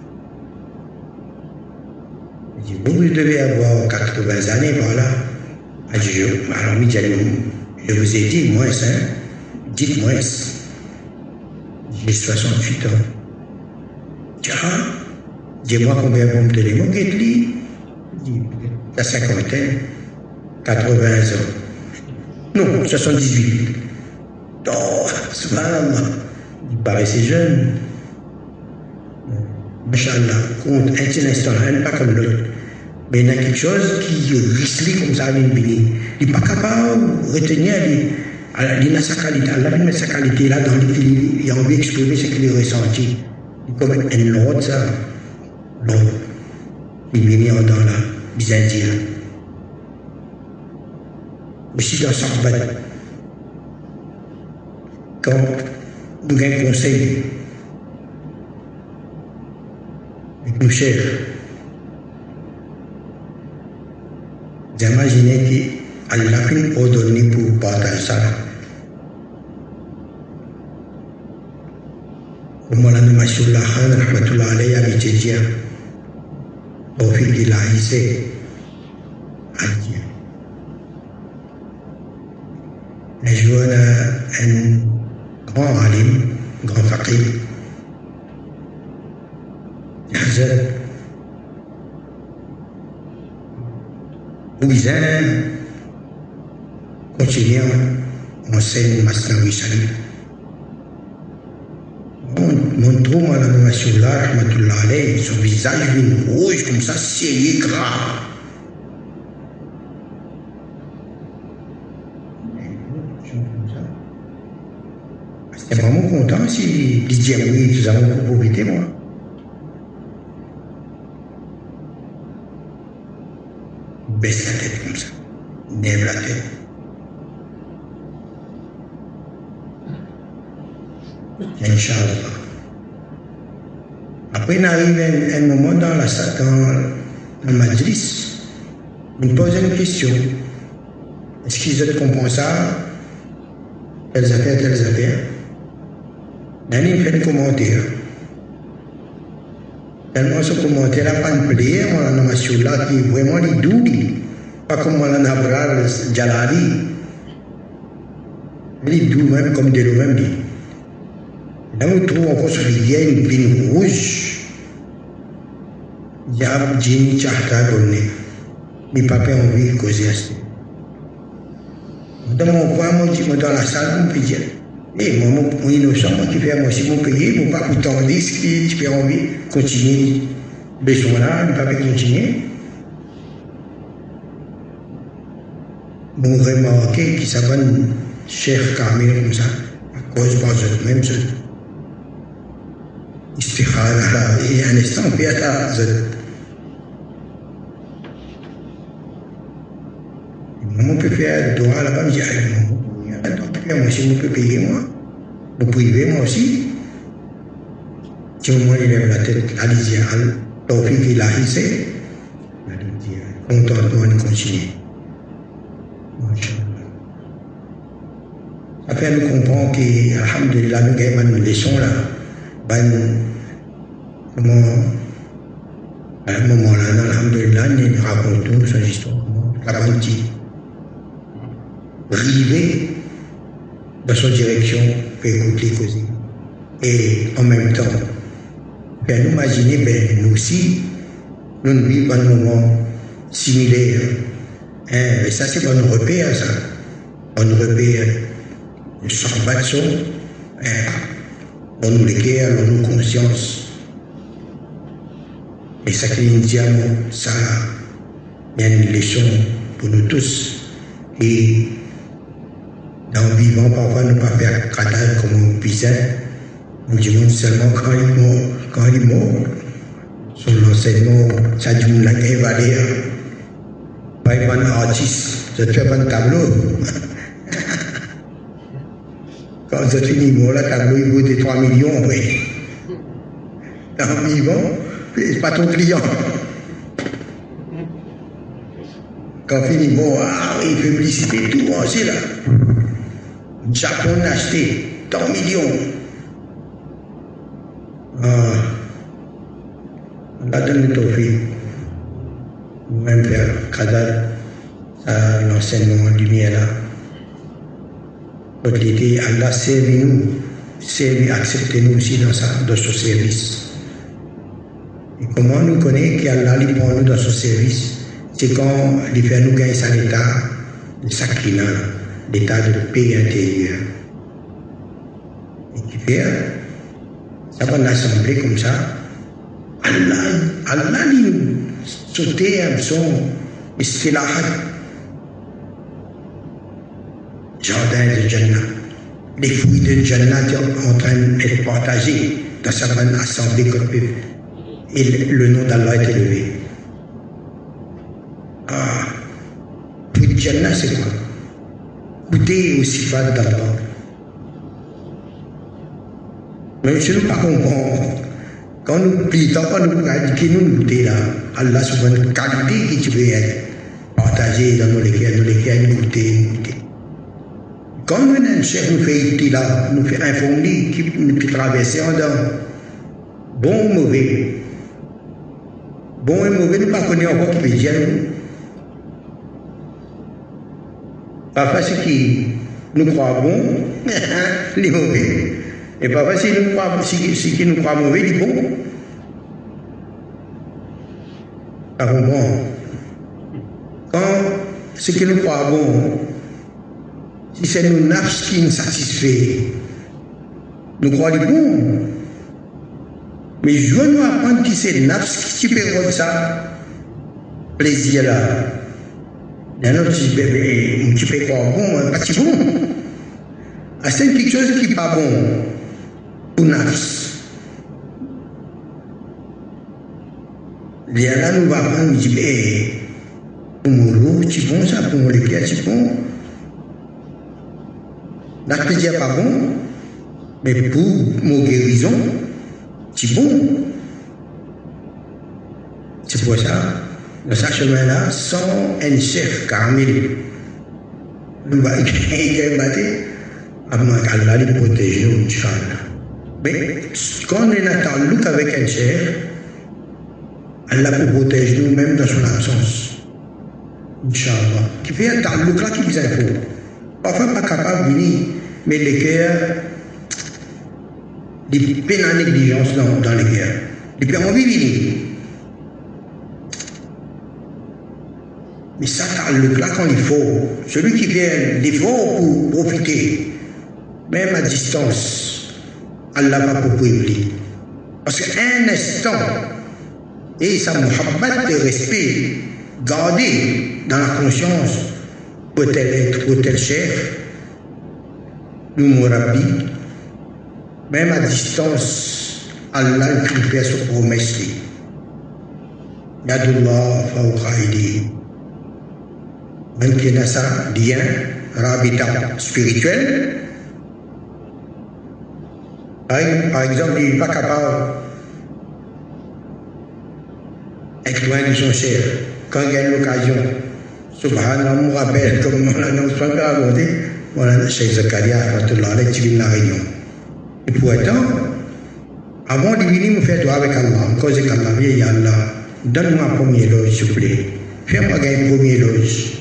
Speaker 1: Vous devez avoir quatre-vingts années par là. Alors, je vous ai dit, moins, hein, dites moins. J'ai soixante-huit ans. Tiens, dis-moi combien vous me donnez mon guet-lit. La cinquantaine, quatre-vingts ans. Non, soixante-dix-huit. Oh, subhanallah. Il paraissait jeune. Inch'Allah, compte un petit instant, pas comme l'autre. Mais il y a quelque chose qui risque comme ça à l'embini. Il n'est pas capable de retenir il a sa qualité. Allah a sa qualité là dans lequel il a envie d'exprimer ce qu'il a ressenti. Il comme un ordre, ça. L'ordre. Il vient dans la Byzantin. Aussi dans son bâtiment. Quand nous avons un conseil, avec nos chers. Vous imaginez qu'Allah a ordonné pour partager ça. Comme on a nommé sur la Khan, Rahmatullah alayhi, habité Dieu. Au fil de la Hissé, à Dieu. Les joueurs un grand alim, grand faqih. Hazard. Ouizan, continuant, enseigne Masnawi Sharif. Mon trou, à la nommation là, Rahmatullah alayhi, son visage vient rouge comme ça, sérieux, grave. J'étais vraiment content si les diamants, nous avons profité, moi. Baisse la tête comme ça, lève la tête. Inch'Allah. Après, il arrive un, un moment dans la salle, dans, dans le majlis, il me pose une question. Est-ce qu'ils ont compris ça? Telles affaires, telles affaires. Là, il fait un commentaire. Tellement ce commentaire n'a pas de plaisir, on a nommé sur là qui est vraiment les doux, pas comme on a Nabral Jalali. Les doux, même comme de l'eau-même dit. Là, on trouve encore sur les une vigne rouge. Diab, Jini, Tchahta, donné. Mais papa a envie de causer à ce. Dans mon coin, moi, je suis dans la salle, on peut dire. Et moi, mon innocent, moi, qui fait moi, si mon pays, mon pas pour t'en dire, si tu as envie de continuer, besoin là, ne pas continuer. Bon, remarquer qu'il s'abonne cher Carmel comme ça, à cause de même chose. Istikhara, et un instant, puis à ta zone. On peut faire le droit là-bas, je dis, moi aussi, je peux payer moi. Vous privé, moi aussi. Si moi, il lève la tête, allez-y, Tawfiq, il a hissé. Contentement de continuer. Après, nous comprenons que, alhamdulillah, nous avons une leçon là. Ben, comment, à un moment là, alhamdulillah, nous racontons son histoire. La banquille. Rivé dans son direction pour écouter causer. Et en même temps, ben, nous imaginer, ben, nous aussi, nous nous vivons un moment similaire. Hein, et ça, c'est un repère, ça. Un repère, nous sommes battus, hein, on nous l'équerre, on nous conscience. Et ça qui nous dit, ça, il y a une leçon pour nous tous. Et dans le vivant, parfois, nous ne pouvons pas faire cadavre comme un paysan. On dit seulement quand il est mort, quand il est mort, sur l'enseignement, ça dit qu'on l'a évadé. Pas un artiste, je fais un tableau. Quand je finis mort, le tableau, il vaut des trois millions après. Dans le vivant, c'est pas ton client. Quand il finit mort, ah oui, publicité, tout aussi là. Japon a acheté tant de millions. Ah, on a donné ton fils. Même faire Kadar, ça, l'enseignement lumière là. Notre idée, Allah servi nous, servi, acceptez nous aussi dans, sa, dans son service. Et comment nous connaissons qu'Allah lui prend nous dans son service? C'est quand il fait nous gagner son état de sacrina, l'état de paix intérieure. Et qui fait, ça va l'assembler comme ça. Allah, Allah lui sauter à son istilahat. Jardin de Jannah. Les fruits de Jannah sont en train d'être partagés dans sa bonne assemblée comme et le nom d'Allah est élevé. Ah, fruits de Jannah, c'est quoi? Goûter au sifat d'Allah. Mais je ne pas comprendre Quand nous plions, quand nous regardons, qui nous goûtons là, Allah souvent une qualité qui tu veux être partagée dans nos légumes, nos légumes, nous goûter, nous goûter. Quand nous un chef nous fait ici là, nous fait informer, qui nous fait traverser en dedans, bon ou mauvais. Bon et mauvais, nous ne connaissons pas encore qui veut dire nous. Parfois, ce qui nous croit bon, les mauvais. Et parfois, si nous croit, si, si qui nous croit mauvais, il est bon. Par bon. Quand ce qui nous croit bon, si c'est nos nafs qui nous satisfait, nous croyons qu'il est bon. Mais je veux nous apprendre que c'est nafs qui peut rendre ça, plaisir là. Il y a un petit bébé qui peut croire bon, pas si bon. C'est quelque chose qui n'est pas bon pour nafs. Il y a là, nous va apprendre, nous dit, eh, pour mon loup, c'est bon ça, pour mon légué, c'est bon. La plaisir n'est pas bon, mais pour mon guérison, c'est bon. C'est pour ça, dans ce chemin-là, sans un chef carmel, nous va y battre, avant qu'Allah les protège nous, Inch'Allah. Mais quand on est dans le look avec un chef, Allah peut protéger nous même dans son absence. Inch'Allah. Qui fait un temps look là qui vous info. Parfois pas capable de venir, mais les cœurs, des peines en négligence dans, dans les cœurs. Les pères ont envie de venir. Mais ça, le là quand il faut, celui qui fait l'effort pour profiter, même à distance, Allah va pour oublier. Parce qu'un instant, et sa muhabbat de respect, gardé dans la conscience, pour tel être, pour tel chef, nous mourabbi, même à distance, Allah peut faire ce promesse. Yadullah fawqa aydihim. Même qu'il y a ça, lien, rabita spirituel. Par exemple, il n'est pas capable d'être loin de son chef. Quand il y a une occasion, subhanallah, on me rappelle, comme on l'annonce pas à raconter, voilà, Cheikh Zakaria, tu viens de la Réunion. Et pour autant, avant de venir me faire droit avec Allah, en cause avec Allah, viens Allah, donne-moi un premier éloge, s'il vous plaît. Fais-moi gagner un premier éloge.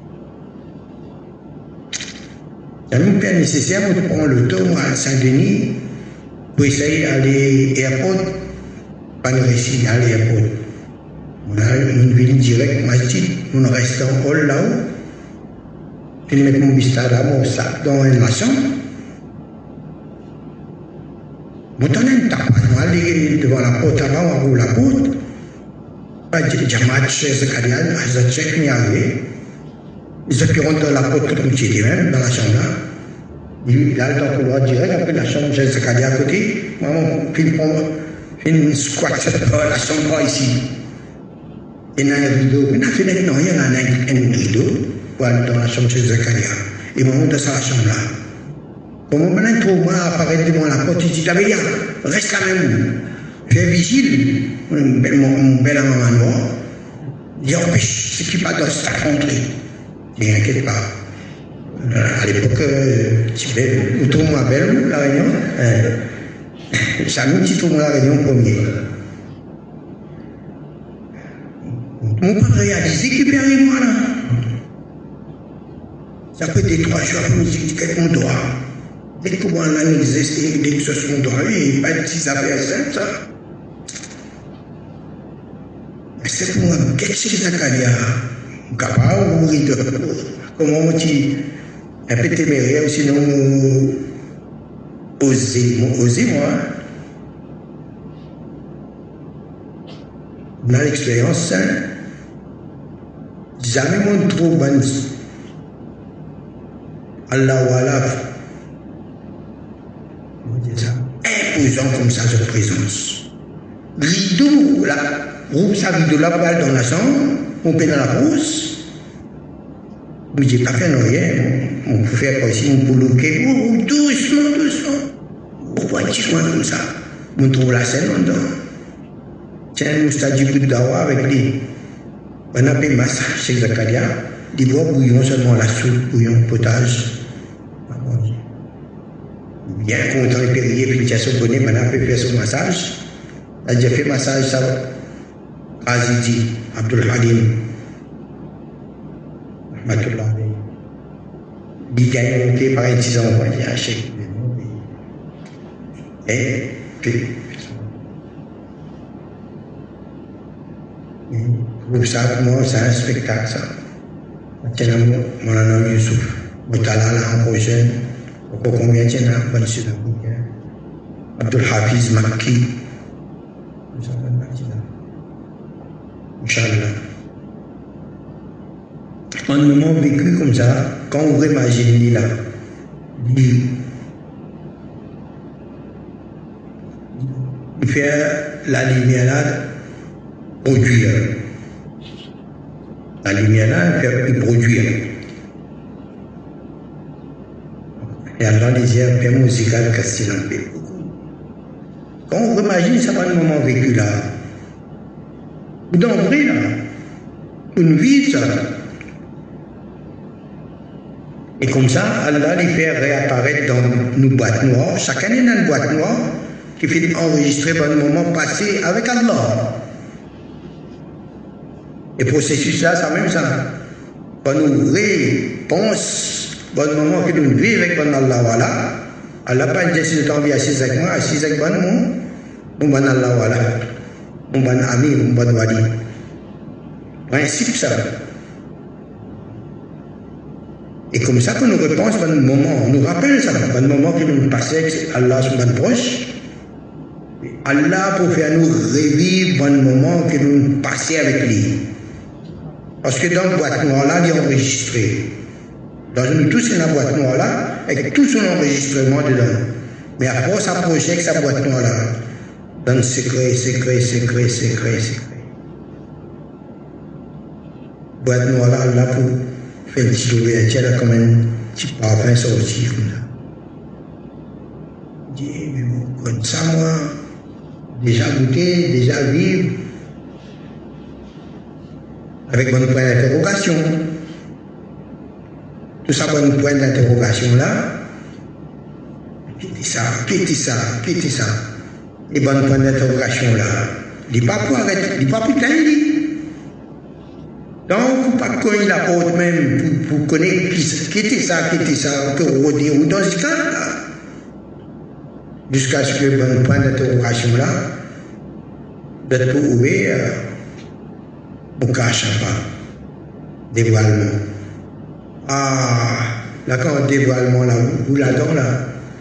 Speaker 1: Ça nous permet nécessaire de prendre le temps à Saint-Denis pour essayer d'aller à l'aéroport, pas de récit à l'aéroport. On a une ville directe, masjid, on reste en hall là-haut. Puis je mets mon bistard là, mon sac dans une maçon. Je donne un tapas, je vais aller devant la porte avant, on roule la porte. Je marche chez Zakaria, je check m'y arriver. Ils se rentrent dans la porte comme tu dis même, dans la chambre là. Il a dans le couloir direct, après la chambre, j'ai Zakaria à côté. Moi, je fais une squat dans la chambre ici. Il y a un rideau, il y a une fenêtre, non, il y a un rideau dans la chambre chez Zakaria. Et moi, je monte dans la chambre là. Comme on me trouve, moi, apparaître devant la porte, il dit, t'avais rien, reste là même. Fais vigile, mon bel maman noir. Il empêche ce qui va dans cette rentrée. Ne t'inquiète pas. Euh, à l'époque, euh, tu trouves moi belle, la Réunion. Euh, Jamais tu trouves la Réunion premier. On ne peut pas réaliser qu'il peut arriver moi là. Ça peut être trois jours pour me dire que mon droit. Dès que moi là n'existe, dès que ce soit mon droit, il n'y a pas de petits affaires simples, ça. Mais c'est pour moi, qu'est-ce que c'est Zakaria? Capable ou mourir de comment on dit un peu téméraire, sinon oser, oser moi. On a l'expérience, hein? Jamais on trouve un Allah ou Allah, imposant comme ça cette présence. Rideau, la roue, ça rideau la balle dans la chambre. On peut dans la brousse. Mais j'ai pas fait rien. On peut faire quoi ici, on peut bloquer. Oh, doucement, doucement. Pourquoi tu vois comme ça? On trouve la scène en dedans. tiens, nous stadions de dawa avec lui. On a fait massage chez Zakaria, il boit bouillon seulement la soupe, bouillon, potage. Bien content, il peut rier, puis il tient son bonnet, maintenant il peut faire son massage. Il a déjà fait massage, ça va. Azidi, Abdul Halim. Rahmatullah. Il gagne monté par un dix ans, il a acheté. Et puis, pour ça, moi, c'est un spectacle, ça. Tiens, mon nom Youssouf, Moutala, l'an prochain, au combien tiens, bonne sud Abdul Hafiz Makki. Inch'Allah. Un moment vécu comme ça, quand on imagine là, il fait la lumière là, produire. La lumière là, il produit. Et alors, les airs, bien musical, castillan. Quand on imagine, ça va un moment vécu là. Dans le vrai là, une vie ça. Et comme ça, Allah les fait réapparaître dans nos boîtes noires. Chaque année, il y a une boîte noire qui fait enregistrer par le moment passé avec Allah. Et le processus là, c'est même ça. Quand nous repensons, dans le moment que nous vivons avec Allah, voilà, Allah pas dit si tu as envie assis avec moi, assis avec moi, mon bon Allah, voilà. Mon bon ami, mon bon wali. Principe ça. Et comme ça que nous repensons dans le moment, on nous rappelle ça, dans le moment que nous passons avec Allah sur notre proche. Allah pour faire nous revivre dans le moment que nous passons avec lui. Parce que dans la boîte noire là, il est enregistré. Dans nous tous, c'est la boîte noire là, avec tout son enregistrement dedans. Mais après, on s'approche avec sa boîte noire là. Dans le secret, secret, secret, secret, secret. Boîte noire là, là pour faire une petite ouverture là, comme un petit parfum sorti comme ça. Je dis, mais vous connaissez ça, moi, déjà goûté, déjà vivre, avec mon point d'interrogation. Tout ça, mon point d'interrogation là, qui dit ça, qui dit ça, qui dit ça. Et bon point d'interrogation là, il n'est pas pour arrêter, il n'est pas pour tailler. Donc, il ne faut pas connaître la porte même pour, pour connaître qui était ça, qui était ça, que rôder ou dans ce cas là. Jusqu'à ce que le bon point d'interrogation là, d'être trouvé, euh, on ne cache pas. Dévoilement. Ah, là, quand on dévoilement là, vous là-dedans là,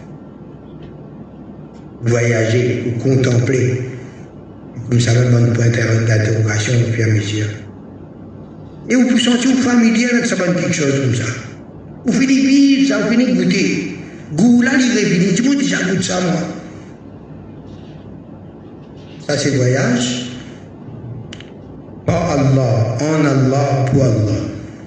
Speaker 1: voyager ou contempler. Comme ça, le bon point d'interrogation au fur et à mesure. Et vous vous sentez familier avec ça, quelque chose comme ça. Vous finissez de vivre ça, vous finissez de goûter. Goût là, il revient. Tu vois déjà goûter ça, moi. Ça, c'est voyage. Par Allah, en Allah, pour Allah.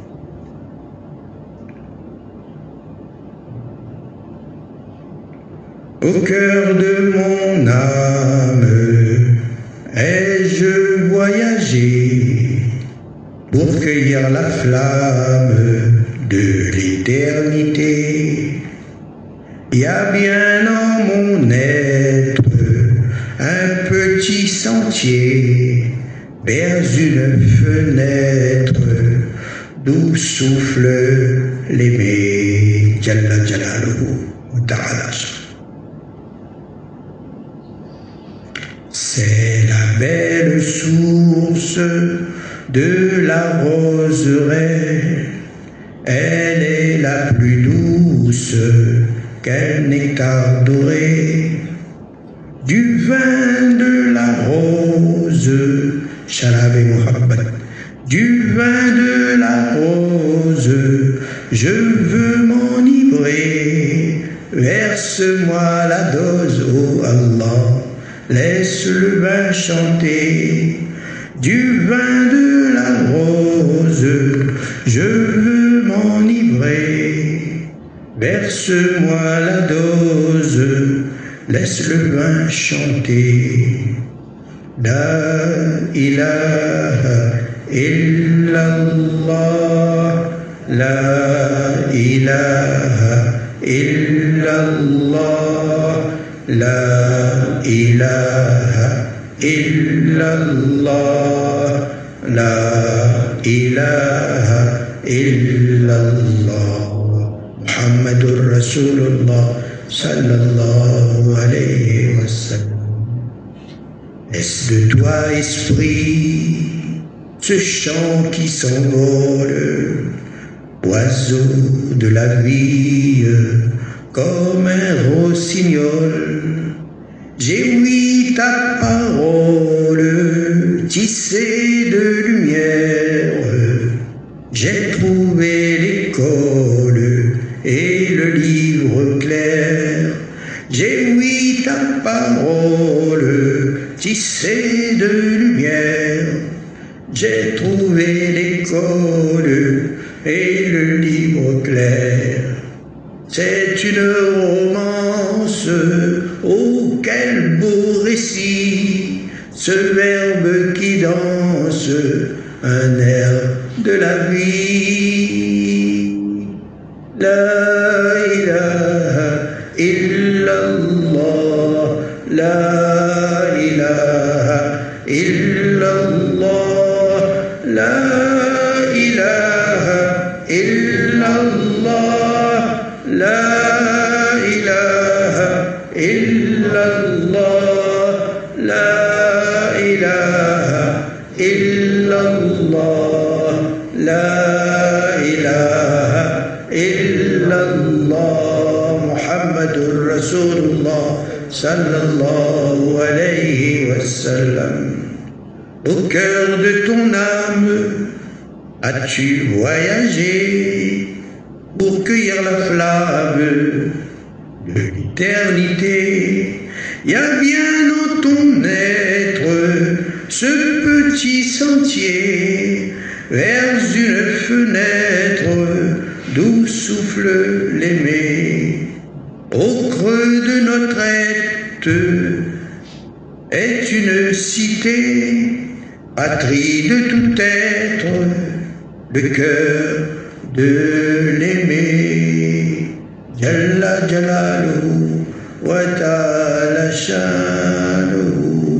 Speaker 1: Au cœur de mon âme, ai-je voyagé pour cueillir la flamme de l'éternité. Il y a bien en mon être un petit sentier vers une fenêtre d'où souffle l'aimé Jalla Jalaluhu wa Ta'ala. C'est la belle source de la roseraie, elle est la plus douce qu'un nectar doré, du vin de la rose, Sharab Muhammad, du vin de la rose, je veux m'enivrer, verse-moi la dose, oh Allah, laisse le vin chanter. Du vin de la rose, je veux m'enivrer. Verse-moi la dose, laisse le vin chanter. لا إله إلا الله لا إله إلا الله لا إله إلا الله لا إله إلا الله محمد رسول الله صلى الله عليه وسلم. Est-ce de toi, esprit, ce chant qui s'envole, oiseau de la vie, comme un rossignol? J'ai ouï ta parole, tissée de lumière, j'ai trouvé l'école et le livre clair. J'ai ouï ta parole, tissée de lumière, j'ai trouvé l'école et le livre clair. C'est une romance, oh quel beau récit, ce verbe qui danse, un air de la vie. La ilaha illallah, la ilaha illallah, la ilaha illallah, la ilaha illallah, la ilaha illallah, la ilaha illallah, Muhammadur Rasulullah sallallahu alayhi wa sallam. Au cœur de ton âme, as-tu voyagé pour cueillir la flamme de l'éternité? Il y a bien en ton être ce petit sentier vers une fenêtre d'où souffle l'aimé. Au creux de notre être est une cité, patrie de tout être, le cœur de l'aimer. Jalla Jalaluhu wa ta'ala shanuhu.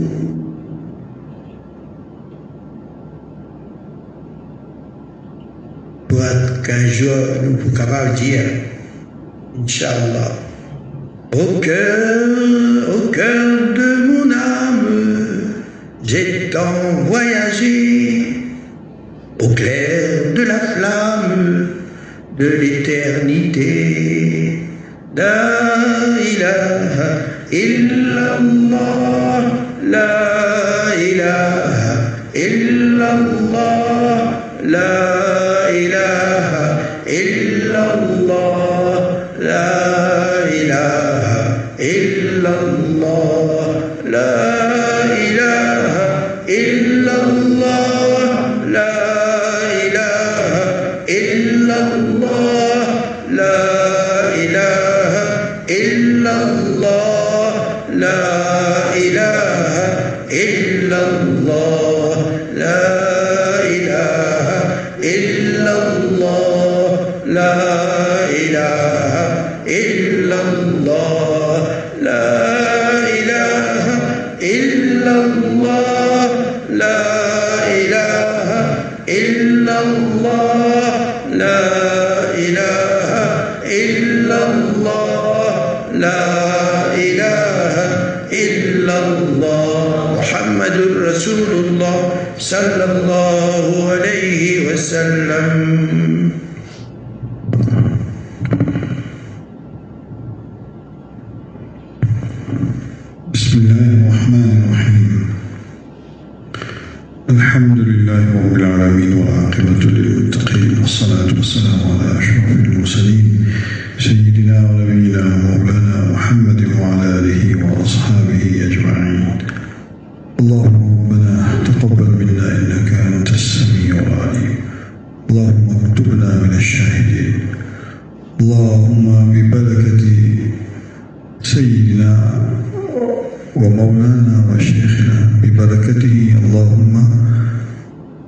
Speaker 1: Pour qu'un jour nous soyons capables de dire, Inch'Allah, au cœur, au cœur de mon âme, j'ai tant voyagé, au clair de la flamme de l'éternité. La ilaha illallah, la ilaha illallah, la ilaha illallah, la ilaha illallah, la ilaha illallah, la ilaha illallah, la ilaha illallah, la ilaha illallah, la ilaha illallah, la ilaha illallah, la ilaha illallah, la ilaha illallah, la ilaha illallah, la ilaha illallah, Muhammadur Rasulullah sallallahu alayhi wa sallam.
Speaker 3: Bismillahirrahmanirrahim. Alhamdulillahi rabbil alamin wal aqibatu lil muttaqin wassalatu wassalamu ala ashrafil mursalin sayyidina wa nabiyyina mawlana Muhammadin wa ala alihi wa ashabihi ajma'in. Allahumma rabbana taqabbal minna innaka antas samiul alim. Allahumma aktubna minash shahidin. Allahumma bi barakati sayyidina ومولانا وشيخنا ببركة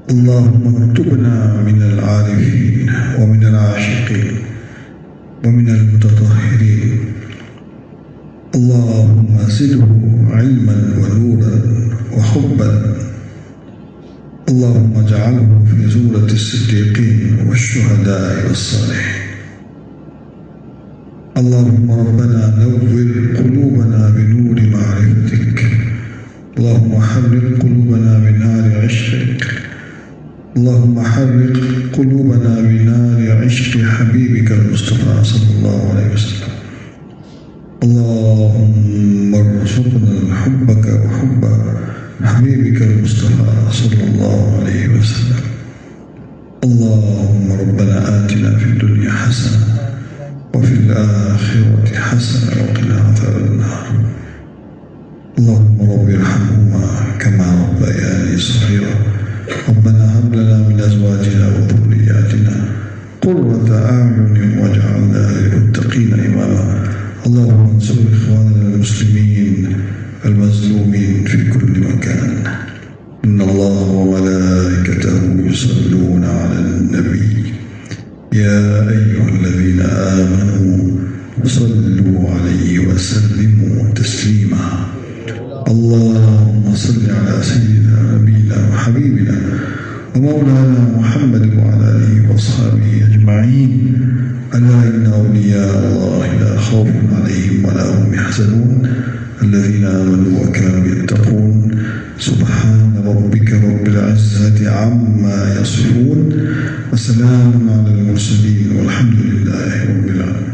Speaker 3: اللهم اكتبنا من العارفين ومن العاشقين ومن المتطهرين. اللهم زده علما ونورا وحبا. اللهم اجعله في زمرة الصديقين والشهداء والصالحين. اللهم ربنا نور قلوبنا بنور معرفتك. اللهم حرق قلوبنا بنار عشقك. اللهم حرق قلوبنا بنار عشق حبيبك المصطفى صلى الله عليه وسلم. اللهم ارزقنا حبك وحب حبيبك المصطفى صلى الله عليه وسلم. اللهم ربنا آتنا في الدنيا حسنة وفي الآخرة حسنة وقنا عذاب النار. اللهم رب ارحمهما كما ربياني صغيرا. ربنا هب لنا من أزواجنا وذرياتنا قرة أعين واجعلنا للمتقين إماما. اللهم انصر إخواننا المسلمين المظلومين في كل مكان. إن الله وملائكته يصلون على النبي يا أيها الذين آمنوا صلوا عليه وسلموا تسليما. اللهم صل على سيدنا نبينا وحبيبنا ومولانا محمد وعلى آله وأصحابه أجمعين. ألا إن أولياء الله لا خوف عليهم ولا هم يحزنون الذين آمنوا وكانوا يتقون. سبحان ربك رب العزة عما يصفون وسلام على المرسلين والحمد لله رب العالمين.